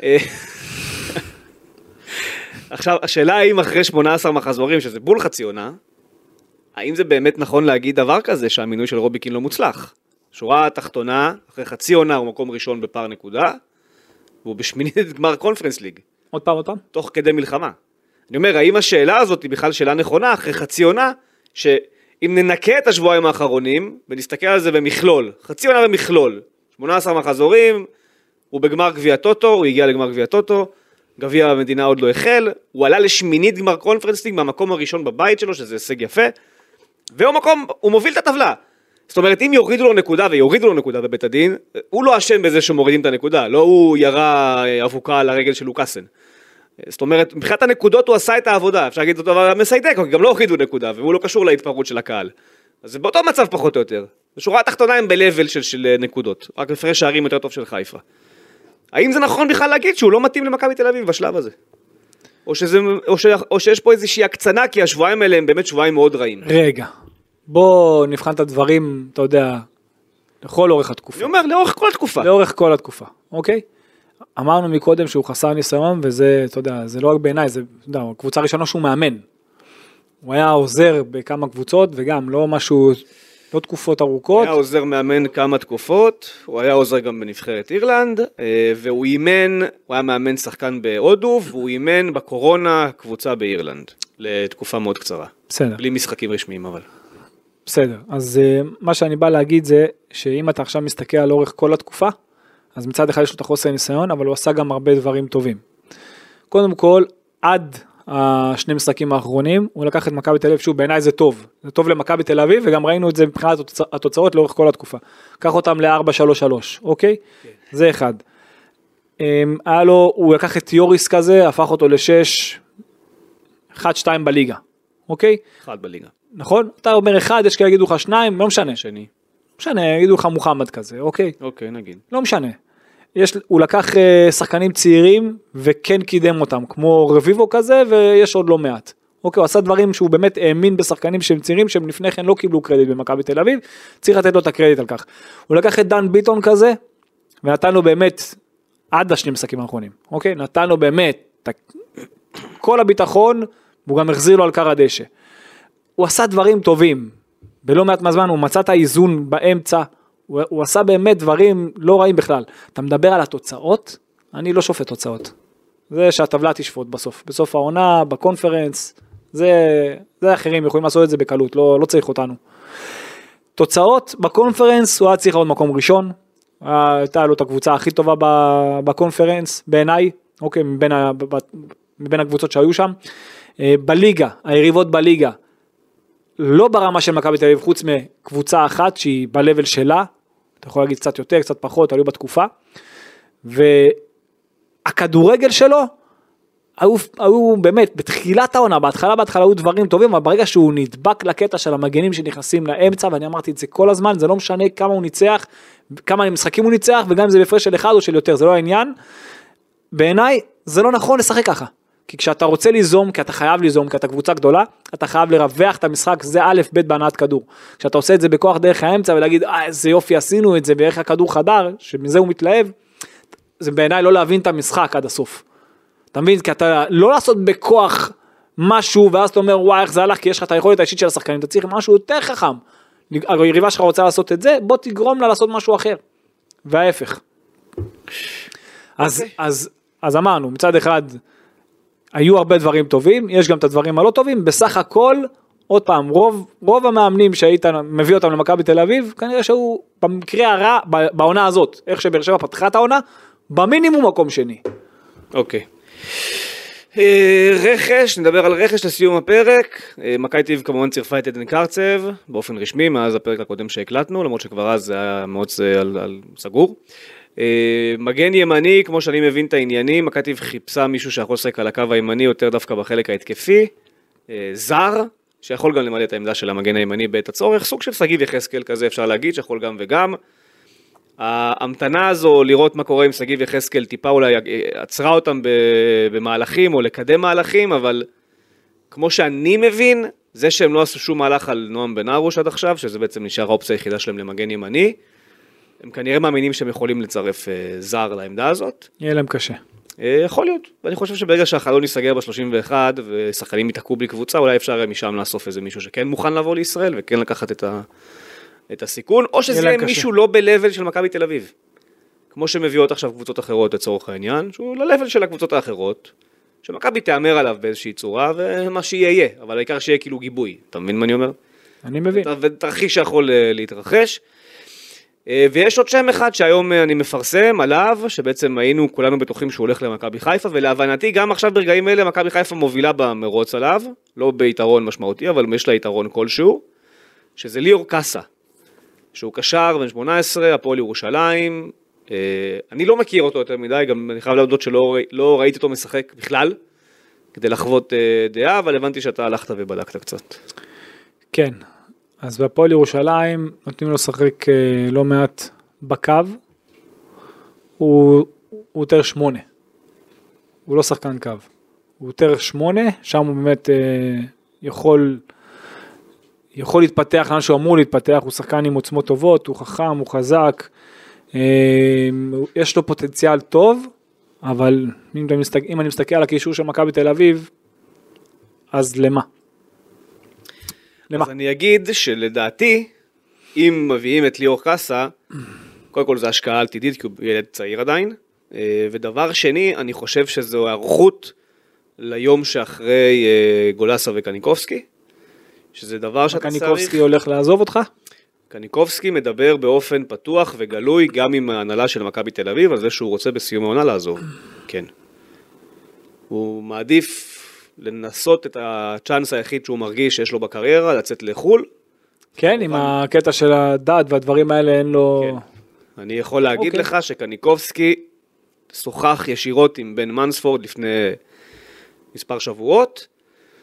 עכשיו, השאלה האם אחרי 18 מחזורים, שזה בול חצי עונה, האם זה באמת נכון להגיד דבר כזה שהמינוי של רובי קין לא מוצלח? שורה התחתונה, אחרי חצי עונה הוא מקום ראשון בפער נקודה, והוא בשמינית גמר קונפרנס ליג. עוד פעם. תוך כדי מלחמה. אני אומר, האם השאלה הזאת היא בכלל שאלה נכונה, אחרי חצי עונה, שאם ננקה את השבועיים האחרונים, ונסתכל על זה במכלול, חצי עונה במכלול, 18 מחזורים, הוא בגמר גביע טוטו, הוא הגיע לגמר גביע טוטו, גביע המדינה עוד לא החל, הוא עלה לשמינית גמר קונפרנס ליג, מהמקום הראשון בבית שלו, שזה הישג יפה, הוא מוביל את הטבלה. זאת אומרת, אם יורידו לו נקודה, ויורידו לו נקודה בבית הדין, הוא לא אשם בזה שמורידים את הנקודה, לא הוא ירה אבוקה על הרגל של לוקאסן. זאת אומרת, מבחינת הנקודות הוא עשה את העבודה, אפשר להגיד אותו דבר מסיידק, כי גם לא הורידו נקודה, והוא לא קשור להתפרעות של הקהל. אז זה באותו מצב פחות או יותר. בשורה התחתונה הם בלבל של נקודות, רק הפרש שערים יותר טוב של חיפה. האם זה נכון בכלל להגיד שהוא לא מתאים למכבי תל אביב בשלב הזה? או שיש פה איזושהי הקצנה, כי השבועיים האלה הם באמת שבועיים מאוד רעים. רגע, בוא נבחן את הדברים, אתה יודע, לכל אורך התקופה. אני אומר, לאורך כל התקופה. לאורך כל התקופה, אוקיי? אמרנו מקודם שהוא חסר ניסיון, וזה, אתה יודע, זה לא רק בעיניי, זה, אתה יודע, קבוצה ראשונה שהוא מאמן. הוא היה עוזר בכמה קבוצות, וגם לא משהו, לא תקופות ארוכות. הוא היה עוזר מאמן כמה תקופות, הוא היה עוזר גם בנבחרת אירלנד, והוא אימן, הוא היה מאמן שחקן בהודו, והוא אימן בקורונה קבוצה באירלנד, לתקופה מאוד קצרה. בסדר. בלי משחקים רשמיים אבל. בסדר, אז מה שאני בא להגיד זה, שאם אתה עכשיו מסתכל על אורך כל התקופה, אז מצד אחד יש לו את החוסר ניסיון, אבל הוא עשה גם הרבה דברים טובים. קודם כל, עד השני משחקים האחרונים, הוא לקח את מכבי תל אביב, שוב, בעיניי זה טוב. זה טוב למכבי תל אביב, וגם ראינו את זה מבחינת התוצאות לאורך כל התקופה. קח אותם ל-4-3-3, אוקיי? זה אחד. היה לו, הוא לקח את יוריס כזה, הפך אותו ל-6, 1-2 בליגה, אוקיי? 1 בליגה. נכון? אתה אומר 1, יש כאלה יגידו לך 2, לא משנה. שני. משנה, יגידו לך מוחמד כזה, אוקיי? אוקיי, נגיד. לא משנה. הוא לקח שחקנים צעירים וכן קידם אותם, כמו רביבו כזה, ויש עוד לא מעט. אוקיי, הוא עשה דברים שהוא באמת האמין בשחקנים שהם צעירים, שהם לפני כן לא קיבלו קרדיט במכבי תל אביב, צריך לתת לו את הקרדיט על כך. הוא לקח את דן ביטון כזה, ונתן לו באמת, עד השני משחקים האחרונים, אוקיי? נתן לו באמת כל הביטחון, והוא גם החזיר לו על קר הדשא. הוא עשה דברים טובים, בלא מעט מהזמן, הוא מצא את האיזון באמצע, הוא עשה באמת דברים לא רעים בכלל. אתה מדבר על התוצאות, אני לא שופט תוצאות. זה שהטבלה תשפוט בסוף העונה, בקונפרנס, זה אחרים יכולים לעשות את זה בקלות, לא צריך אותנו. תוצאות, בקונפרנס הוא היה צריך עוד מקום ראשון, הייתה לו את הקבוצה הכי טובה בקונפרנס, בעיניי, אוקיי, מבין הקבוצות שהיו שם. בליגה, היריבות בליגה, לא ברמה של מכבי תל אביב, חוץ מקבוצה אחת שהיא בלבל שלה, אתה יכול להגיד קצת יותר, קצת פחות, היו בתקופה, והכדורגל שלו, היו באמת, בתחילת העונה, בהתחלה היו דברים טובים, אבל ברגע שהוא נדבק לקטע של המגנים שנכנסים לאמצע, ואני אמרתי את זה כל הזמן, זה לא משנה כמה הוא ניצח, כמה משחקים הוא ניצח, וגם אם זה בהפרש של אחד או של יותר, זה לא העניין. בעיניי, זה לא נכון לשחק ככה. כי כשאתה רוצה ליזום, כי אתה חייב ליזום, כי אתה קבוצה גדולה, אתה חייב לרווח את המשחק, זה א' ב' בהנעת כדור. כשאתה עושה את זה בכוח דרך האמצע, ולהגיד, איזה יופי עשינו את זה, ואיך הכדור חדר, שמזה הוא מתלהב, זה בעיניי לא להבין את המשחק עד הסוף. אתה מבין? כי אתה לא לעשות בכוח משהו, ואז אתה אומר, וואי, איך זה הלך, כי יש לך את היכולת האישית של השחקנים, אתה צריך משהו יותר חכם. היריבה שלך רוצה לעשות את זה, בוא תגרום לה לעשות משהו אחר. וההפך. אז אמרנו, מצד אחד, היו הרבה דברים טובים, יש גם את הדברים הלא טובים, בסך הכל, עוד פעם, רוב המאמנים שהיית מביא אותם למכבי תל אביב, כנראה שהוא במקרה הרע, בעונה הזאת, איך שבאר שבע פתחה את העונה, במינימום מקום שני. אוקיי. רכש, נדבר על רכש לסיום הפרק. מכבי תל אביב כמובן צירפה את עדן קרצב, באופן רשמי, מאז הפרק הקודם שהקלטנו, למרות שכבר אז זה היה מאוד על סגור. מגן ימני, כמו שאני מבין את העניינים, מכבי תל אביב חיפשה מישהו שיכול לשחק על הקו הימני, יותר דווקא בחלק ההתקפי, זר, שיכול גם למלא את העמדה של המגן הימני בעת הצורך, סוג של שגיב יחזקאל כזה אפשר להגיד, שיכול גם וגם. ההמתנה הזו, לראות מה קורה עם שגיב יחזקאל, טיפה אולי עצרה אותם במהלכים או לקדם מהלכים, אבל כמו שאני מבין, זה שהם לא עשו שום מהלך על נועם בן ארוש עד עכשיו, שזה בעצם נשאר האופציה היחידה שלהם למגן ימני, הם כנראה מאמינים שהם יכולים לצרף זר לעמדה הזאת. יהיה להם קשה. יכול להיות, ואני חושב שברגע שהחלון ייסגר ב-31 ושחקנים יתעקו בלי קבוצה, אולי אפשר משם לאסוף איזה מישהו שכן מוכן לבוא לישראל וכן לקחת את הסיכון, או שזה יהיה מישהו לא בלבל של מכבי תל אביב, כמו שמביאות עכשיו קבוצות אחרות לצורך העניין, שהוא ללבל של הקבוצות האחרות, שמכבי תאמר עליו באיזושהי צורה, ומה שיהיה, אבל העיקר שיהיה כאילו גיבוי, אתה מבין מה אני אומר? אני מבין. ותרחיש שיכול להתרחש, ויש עוד שם אחד שהיום אני מפרסם עליו, שבעצם היינו כולנו בטוחים שהוא הולך למכבי חיפה, ולהבנתי גם עכשיו ברגעים אלה מכבי חיפה מובילה במרוץ עליו, לא ביתרון משמעותי, אבל יש לה יתרון כלשהו, שזה ליאור קאסה, שהוא קשר בן 18, הפועל ירושלים, אני לא מכיר אותו יותר מדי, גם אני חייב להודות שלא ראיתי אותו משחק בכלל, כדי לחוות דעה, אבל הבנתי שאתה הלכת ובדקת קצת. כן, אז בהפועל ירושלים נותנים לו לשחק לא מעט בקו, הוא יותר 8, הוא לא שחקן קו, הוא יותר 8, שם הוא באמת יכול להתפתח לאן שהוא אמור להתפתח, הוא שחקן עם עוצמות טובות, הוא חכם, הוא חזק, יש לו פוטנציאל טוב, אבל אם אני מסתכל על הקישור של מכבי תל אביב, אז למה? אז אני אגיד שלדעתי, אם מביאים את ליאור קאסה, קודם כל זה השקעה עתידית, כי הוא ילד צעיר עדיין, ודבר שני, אני חושב שזו הערכות ליום שאחרי גולסה וקניקובסקי, שזה דבר שאתה צריך. קניקובסקי הולך לעזוב אותך? קניקובסקי מדבר באופן פתוח וגלוי, גם עם ההנהלה של מכבי תל אביב, על זה שהוא רוצה בסיום העונה לעזוב. כן. הוא מעדיף לנסות את הצ'אנס היחיד שהוא מרגיש שיש לו בקריירה, לצאת לחול. כן, עם הקטע של הדת והדברים האלה אין לו... כן. אני יכול להגיד לך שקניקובסקי שוחח ישירות עם בן מנספורד לפני מספר שבועות,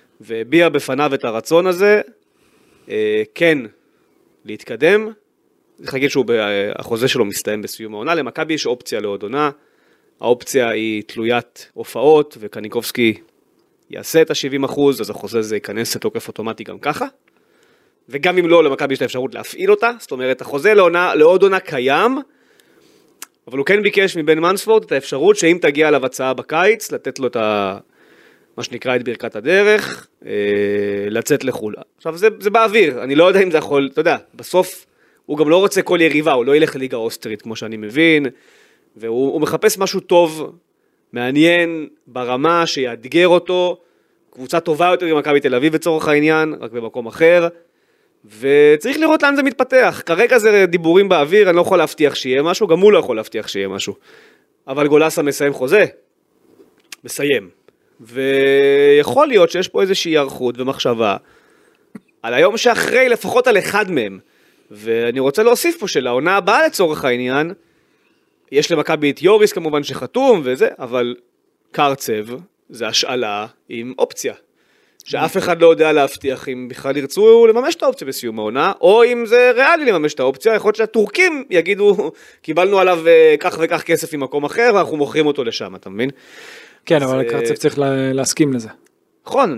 והביע בפניו את הרצון הזה, כן, להתקדם, צריך להגיד שהחוזה שלו מסתיים בסיום העונה, למכבי יש אופציה לעוד עונה, האופציה היא תלוית הופעות, וקניקובסקי יעשה את ה-70%, אז החוזה הזה ייכנס לתוקף אוטומטי גם ככה, וגם אם לא, למכבי יש את האפשרות להפעיל אותה, זאת אומרת, החוזה לעוד עונה קיים, אבל הוא כן ביקש מבן מנספורד את האפשרות שאם תגיע אליו הצעה בקיץ, לתת לו את מה שנקרא את ברכת הדרך, לצאת לחול. עכשיו זה באוויר, אני לא יודע אם זה יכול, אתה יודע, בסוף הוא גם לא רוצה כל יריבה, הוא לא ילך לליגה אוסטרית כמו שאני מבין, והוא מחפש משהו טוב, מעניין, ברמה שיאתגר אותו, קבוצה טובה יותר ממכבי תל אביב בצורך העניין, רק במקום אחר, וצריך לראות לאן זה מתפתח. כרגע זה דיבורים באוויר, אני לא יכול להבטיח שיהיה משהו, גם הוא לא יכול להבטיח שיהיה משהו. אבל גולסה מסיים חוזה, מסיים. ויכול להיות שיש פה איזושהי ערכות ומחשבה על היום שאחרי, לפחות על אחד מהם. ואני רוצה להוסיף פה שלעונה הבאה לצורך העניין, יש למכבי את יוריס כמובן שחתום וזה, אבל קרצב זה השאלה עם אופציה. שאף אחד לא יודע להבטיח אם בכלל ירצו לממש את האופציה בסיום העונה, או אם זה ריאלי לממש את האופציה, יכול להיות שהטורקים יגידו, קיבלנו עליו כך וכך כסף ממקום אחר, ואנחנו מוכרים אותו לשם, אתה מבין? כן, אבל קרצב צריך להסכים לזה. נכון,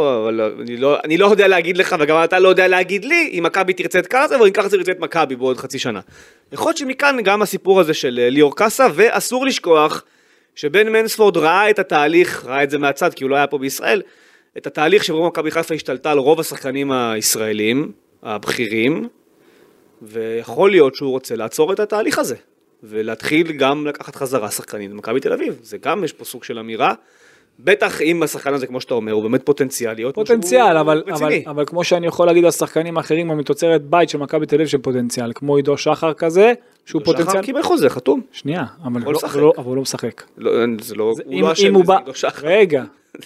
אני לא יודע להגיד לך, וגם אתה לא יודע להגיד לי, אם מכבי תרצה את קרצב, או אם קרצב תרצה את מכבי בעוד חצי שנה. יכול להיות שמכאן גם הסיפור הזה של ליאור קאסה, ואסור לשכוח שבן מנספורד ראה את התהליך, ראה את זה מהצד, כי הוא לא היה פה בישראל, את התהליך שבו מכבי חיפה השתלטה על רוב השחקנים הישראלים, הבכירים, ויכול להיות שהוא רוצה לעצור את התהליך הזה, ולהתחיל גם לקחת חזרה שחקנים במכבי תל אביב. זה גם, יש פה סוג של אמירה, בטח אם השחקן הזה, כמו שאתה אומר, הוא באמת פוטנציאל להיות פוטנציאל, אבל כמו שאני יכול להגיד על שחקנים אחרים, מתוצרת בית של מכבי תל אביב של פוטנציאל, כמו עידו שחר כזה, שהוא פוטנציאל. שחר קיבל חוזה, חתום. שנייה, אבל הוא לא משחק. הוא לא אשם בזה, עידו שחר. רגע,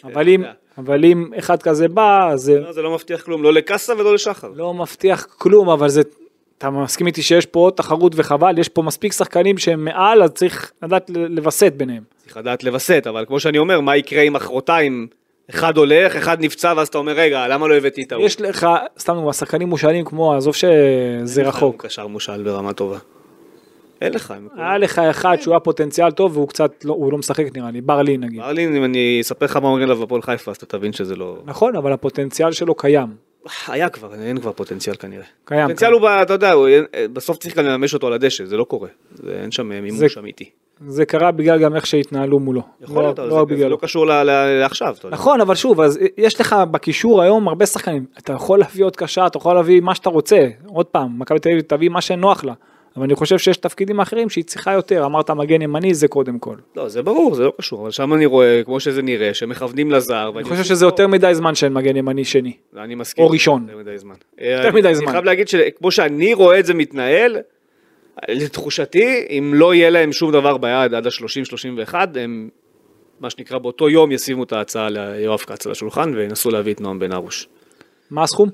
אבל אם אחד כזה בא, זה לא מבטיח כלום, לא לקאסה ולא לשחר. לא מבטיח כלום, אבל אתה מסכים איתי שיש פה עוד תחרות וחבל, יש פה מספיק שחקנים שהם מעל, אז צריך לדעת לבסט ביניהם. צריך לדעת לבסט, אבל כמו שאני אומר, מה יקרה עם מחרתיים? אחד הולך, אחד נפצע, ואז אתה אומר, רגע, למה לא הבאתי את ההוא? יש לך, סתם, השחקנים מושאלים כמו, עזוב שזה רחוק. קשר מושאל ברמה טובה. אין לך. היה לך אחד שהוא היה פוטנציאל טוב, והוא קצת, הוא לא משחק נראה לי, ברלין נגיד. ברלין, אם אני אספר לך מה אומרים עליו בפועל חיפה, אז אתה תבין שזה לא... נכון, אבל הפוטנציאל שלו קיים. היה כבר, אין כבר פוטנציאל כנראה. קיים. הפוטנציאל הוא, אתה יודע, בסוף צריך גם לממש אותו על הדשא, זה לא קורה. אין שם מימוש אמיתי. זה קרה בגלל גם איך שהתנהלו מולו. יכול להיות, זה לא קשור לעכשיו. נכון, אבל שוב, אז יש לך בקישור היום הרבה שחקנים. אתה יכול להביא עוד קשה, אתה יכול להביא מה שאתה רוצה. עוד פעם, מכבי תל אביב תביא מה שנוח לה. אבל אני חושב שיש תפקידים אחרים שהיא צריכה יותר. אמרת מגן ימני, זה קודם כל. לא, זה ברור, זה לא קשור. אבל שם אני רואה, כמו שזה נראה, שמכוונים לזר. אני חושב שזה יותר מדי זמן שאין מגן ימני שני. אני מסכים. או ראשון. יותר מדי זמן. יותר מדי זמן. אני חייב להגיד שכמו שאני רואה את זה מתנהל, לתחושתי, אם לא יהיה להם שום דבר ביד עד ה-30-31, הם, מה שנקרא, באותו יום ישימו את ההצעה ליואב קץ על השולחן, וינסו להביא את נועם בן ארוש. מה הסכום?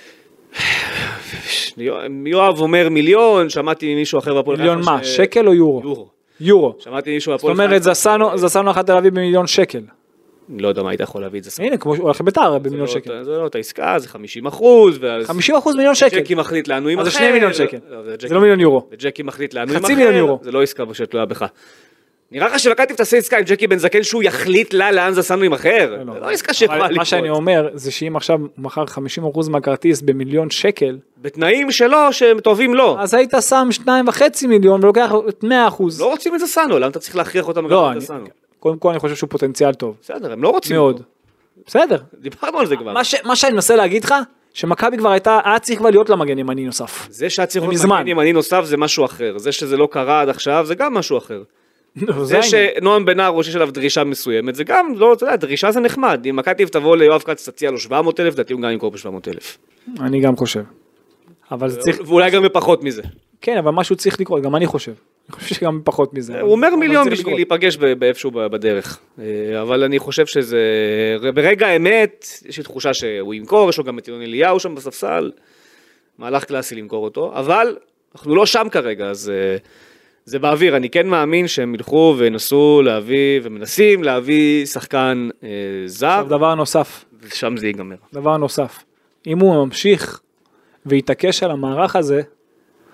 יואב אומר מיליון, שמעתי מישהו אחר בפועל חיפה. מיליון מה? שקל או יורו? יורו. יורו. שמעתי מישהו זאת אומרת, זסנו אחת תל אביב במיליון שקל. אני לא יודע מה היית יכול להביא את זה. הנה, כמו שהוא הולך ביתר במיליון שקל. זה לא אותה עסקה, זה 50%. 50% מיליון שקל. ג'קי מחליט לאנו עם אחר. אז זה 2 מיליון שקל. זה לא מיליון יורו. וג'קי מחליט לאנו עם אחר. חצי מיליון יורו. זה לא עסקה שתלויה בך. נראה לך שמכבי תעשה עסקה עם ג'קי בן זקן שהוא יחליט לאן זסנו עם אחר? זה לא עסקה שיכולה לקרות. מה שאני אומר זה שאם עכשיו הוא מכר 50% מהכרטיס במיליון שקל, בתנאים שלו שהם טובים לו. אז היית שם 2.5 מיליון ולוקח 100%. לא רוצים את זסנו, למה אתה צריך להכריח אותם לא, קודם כל אני חושב שהוא פוטנציאל טוב. בסדר, הם לא רוצים מאוד. בסדר. דיברנו על זה כבר. מה שאני מנסה להגיד לך, שמכבי כבר היה צריך כבר להיות לה מגן ימני נוסף. זה שהצריך להיות מגן ימני נוסף זה משהו אחר. זה שזה לא קרה עד עכשיו זה גם משהו אחר. זה שנועם בן ארוש יש עליו דרישה מסוימת, זה גם, לא, אתה יודע, דרישה זה נחמד. אם מכבי תבוא ליואב קץ תציע לו 700,000, דעתי הוא גם ימכור ב-700,000. אני גם חושב. אבל זה צריך... ואולי גם בפחות מזה. כן, אבל משהו צריך לקרות, גם אני חושב. אני חושב שגם פחות מזה. הוא אומר מיליון בשביל להיפגש באיפשהו בדרך. אבל אני חושב שזה... ברגע האמת, יש לי תחושה שהוא ימכור, יש לו גם את ינון אליהו שם בספסל. מהלך קלאסי למכור אותו, אבל אנחנו לא שם כרגע, אז... זה באוויר, אני כן מאמין שהם ילכו ונסו להביא, ומנסים להביא שחקן זר. עכשיו דבר נוסף. ושם זה ייגמר. דבר נוסף. אם הוא ממשיך ויתעקש על המערך הזה,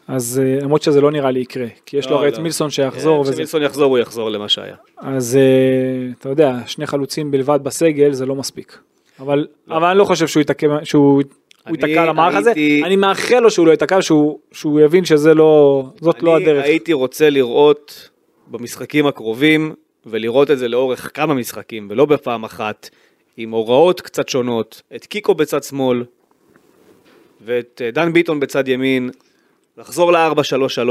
אז למרות שזה לא נראה לי יקרה, כי יש לו הרי את מילסון שיחזור. כשמילסון יחזור, הוא יחזור למה שהיה. אז אתה יודע, 2 חלוצים בלבד בסגל, זה לא מספיק. אבל אני לא חושב שהוא ייתקע על המערך הזה. אני מאחל לו שהוא לא ייתקע, שהוא יבין שזאת לא הדרך. אני הייתי רוצה לראות במשחקים הקרובים, ולראות את זה לאורך כמה משחקים, ולא בפעם אחת, עם הוראות קצת שונות, את קיקו בצד שמאל, ואת דן ביטון בצד ימין, לחזור ל-4-3-3,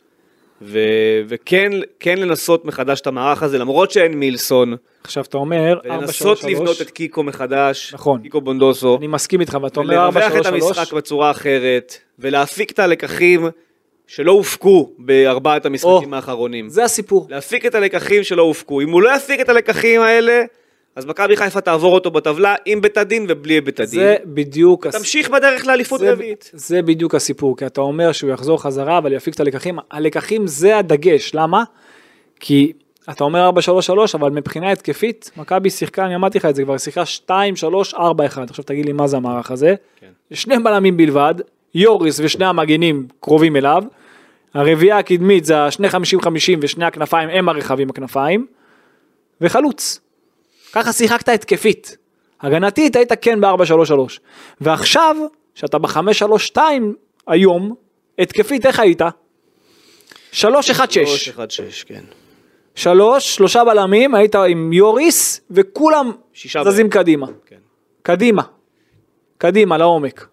וכן לנסות מחדש את המערך הזה, למרות שאין מילסון. עכשיו אתה אומר 4-3-3. ולנסות לבנות את קיקו מחדש, נכון. קיקו בונדוסו. אני מסכים איתך, ואתה אומר 4-3-3. ולרווח את המשחק בצורה אחרת, ולהפיק את הלקחים שלא הופקו בארבעת המשחקים האחרונים. זה הסיפור. להפיק את הלקחים שלא הופקו. אם הוא לא יפיק את הלקחים האלה, אז מכבי חיפה תעבור אותו בטבלה עם בית הדין ובלי בית הדין. זה בדיוק... תמשיך בדרך לאליפות רביעית. זה בדיוק הסיפור, כי אתה אומר שהוא יחזור חזרה, אבל יפיק את הלקחים. הלקחים זה הדגש, למה? כי אתה אומר 4-3-3, אבל מבחינה התקפית, מכבי שיחקה, אני אמרתי לך את זה כבר, שיחקה 2-3-4-1. עכשיו תגיד לי מה זה המערך הזה. כן. 2 בלמים בלבד, יוריס ושני המגנים קרובים אליו, הרביעה הקדמית זה 2-50-50 ושני הכנפיים הם הרחבים הכנפיים, וחלוץ. ככה שיחקת התקפית. הגנתית היית כן ב-4-3-3. ועכשיו, שאתה ב-5-3-2 היום, התקפית איך היית? 3-1-6. 3-1-6, כן. 3 בלמים, היית עם יוריס, וכולם זזים קדימה. כן. קדימה, לעומק.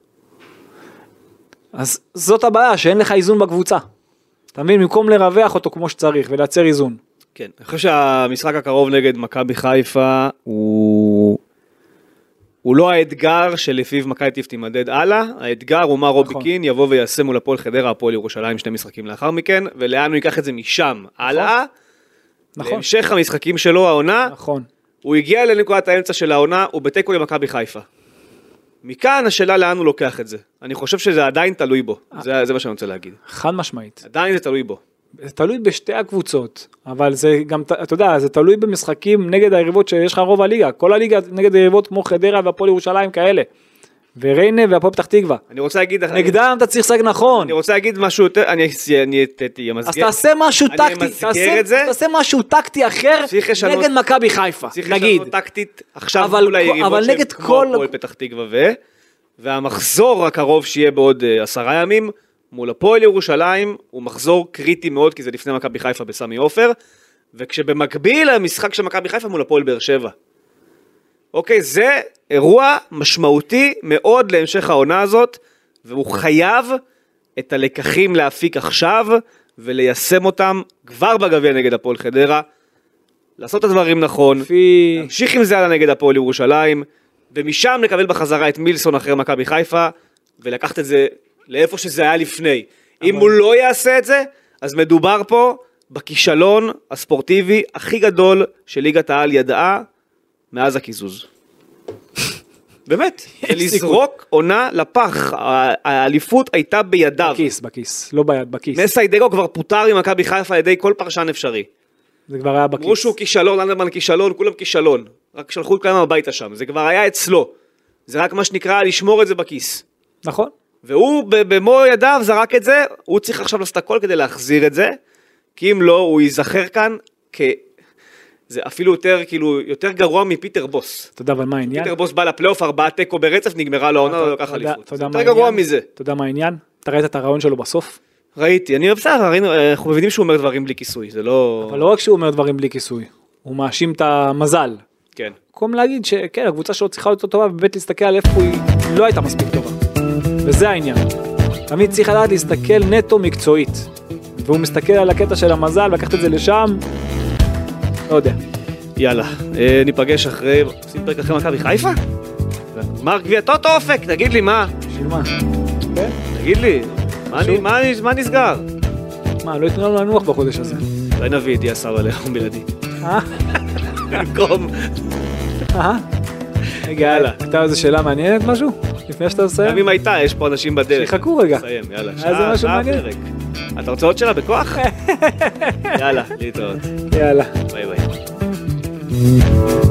אז זאת הבעיה, שאין לך איזון בקבוצה. אתה מבין? במקום לרווח אותו כמו שצריך, ולייצר איזון. כן, אני חושב שהמשחק הקרוב נגד מכבי חיפה הוא לא האתגר שלפיו מכבי טיב תימדד הלאה, האתגר הוא מה רובי קין יבוא ויעשה מול הפועל חדרה, הפועל ירושלים 2 משחקים לאחר מכן, ולאן הוא ייקח את זה משם הלאה, להמשך המשחקים שלו העונה, הוא הגיע לנקודת האמצע של העונה, הוא בתיקו למכבי חיפה. מכאן השאלה לאן הוא לוקח את זה. אני חושב שזה עדיין תלוי בו, זה מה שאני רוצה להגיד. חד משמעית. עדיין זה תלוי בו. זה תלוי בשתי הקבוצות, אבל זה גם, אתה יודע, זה תלוי במשחקים נגד היריבות שיש לך רוב הליגה, כל הליגה נגד היריבות כמו חדרה והפועל ירושלים כאלה, וריינה והפועל פתח תקווה. אני רוצה להגיד... נגדם אתה צריך לשחק נכון. אני רוצה להגיד משהו יותר, אני אמסגר... אז תעשה משהו טקטי, תעשה משהו טקטי אחר נגד מכבי חיפה, צריך לשנות טקטית עכשיו מול היריבות שהם כמו הפועל פתח תקווה והמחזור הקרוב שיהיה בעוד 10 ימים, מול הפועל ירושלים הוא מחזור קריטי מאוד, כי זה לפני מכבי חיפה בסמי עופר, וכשבמקביל המשחק של מכבי חיפה מול הפועל באר שבע. אוקיי, זה אירוע משמעותי מאוד להמשך העונה הזאת, והוא חייב את הלקחים להפיק עכשיו, וליישם אותם כבר בגביע נגד הפועל חדרה, לעשות את הדברים נכון, להמשיך עם זה הלאה נגד הפועל ירושלים, ומשם לקבל בחזרה את מילסון אחרי מכבי חיפה, ולקחת את זה לאיפה שזה היה לפני. אם הוא לא יעשה את זה, אז מדובר פה בכישלון הספורטיבי הכי גדול של ליגת העל ידעה מאז הקיזוז. באמת, לזרוק עונה לפח, האליפות הייתה בידיו. בכיס, לא ביד, בכיס. מסיידגו כבר פוטר עם מכבי חיפה על ידי כל פרשן אפשרי. זה כבר היה בכיס. אמרו שהוא כישלון, אנדרמן כישלון, כולם כישלון. רק שלחו את כולם הביתה שם, זה כבר היה אצלו. זה רק מה שנקרא לשמור את זה בכיס. נכון. והוא במו ידיו זרק את זה, הוא צריך עכשיו לעשות הכל כדי להחזיר את זה, כי אם לא, הוא ייזכר כאן זה אפילו יותר, כאילו, יותר גרוע מפיטר בוס. אתה יודע, אבל מה העניין? פיטר בוס בא לפלייאוף 4 תיקו ברצף, נגמרה לו העונה, לא לקח אליפות. זה יותר גרוע מזה. אתה יודע מה העניין? אתה ראית את הרעיון שלו בסוף? ראיתי, אני בסדר, אנחנו מבינים שהוא אומר דברים בלי כיסוי, זה לא... אבל לא רק שהוא אומר דברים בלי כיסוי, הוא מאשים את המזל. כן. במקום להגיד שכן, הקבוצה שלו צריכה להיות טובה, ובאמת להסתכל על איפה היא לא הייתה מספיק טובה. וזה העניין. תמיד צריך לדעת להסתכל נטו מקצועית. והוא מסתכל על הקטע של המזל, לקחת את זה לשם, לא יודע. יאללה, ניפגש אחרי, עושים פרק אחרי מכבי חיפה? גמר גביע טוטו אופק, תגיד לי מה? בשביל מה? תגיד לי, מה נסגר? מה, לא יתנו לנו לנוח בחודש הזה. אולי נביא את יאסר עליהם בלעדי. במקום. רגע, יאללה. אתה איזו שאלה מעניינת משהו? לפני שאתה מסיים? גם אם הייתה, יש פה אנשים בדרך. שיחכו רגע. נסיים, יאללה. זה משהו מעניין. אתה רוצה עוד שאלה בכוח? יאללה, להתראות. יאללה. ביי ביי.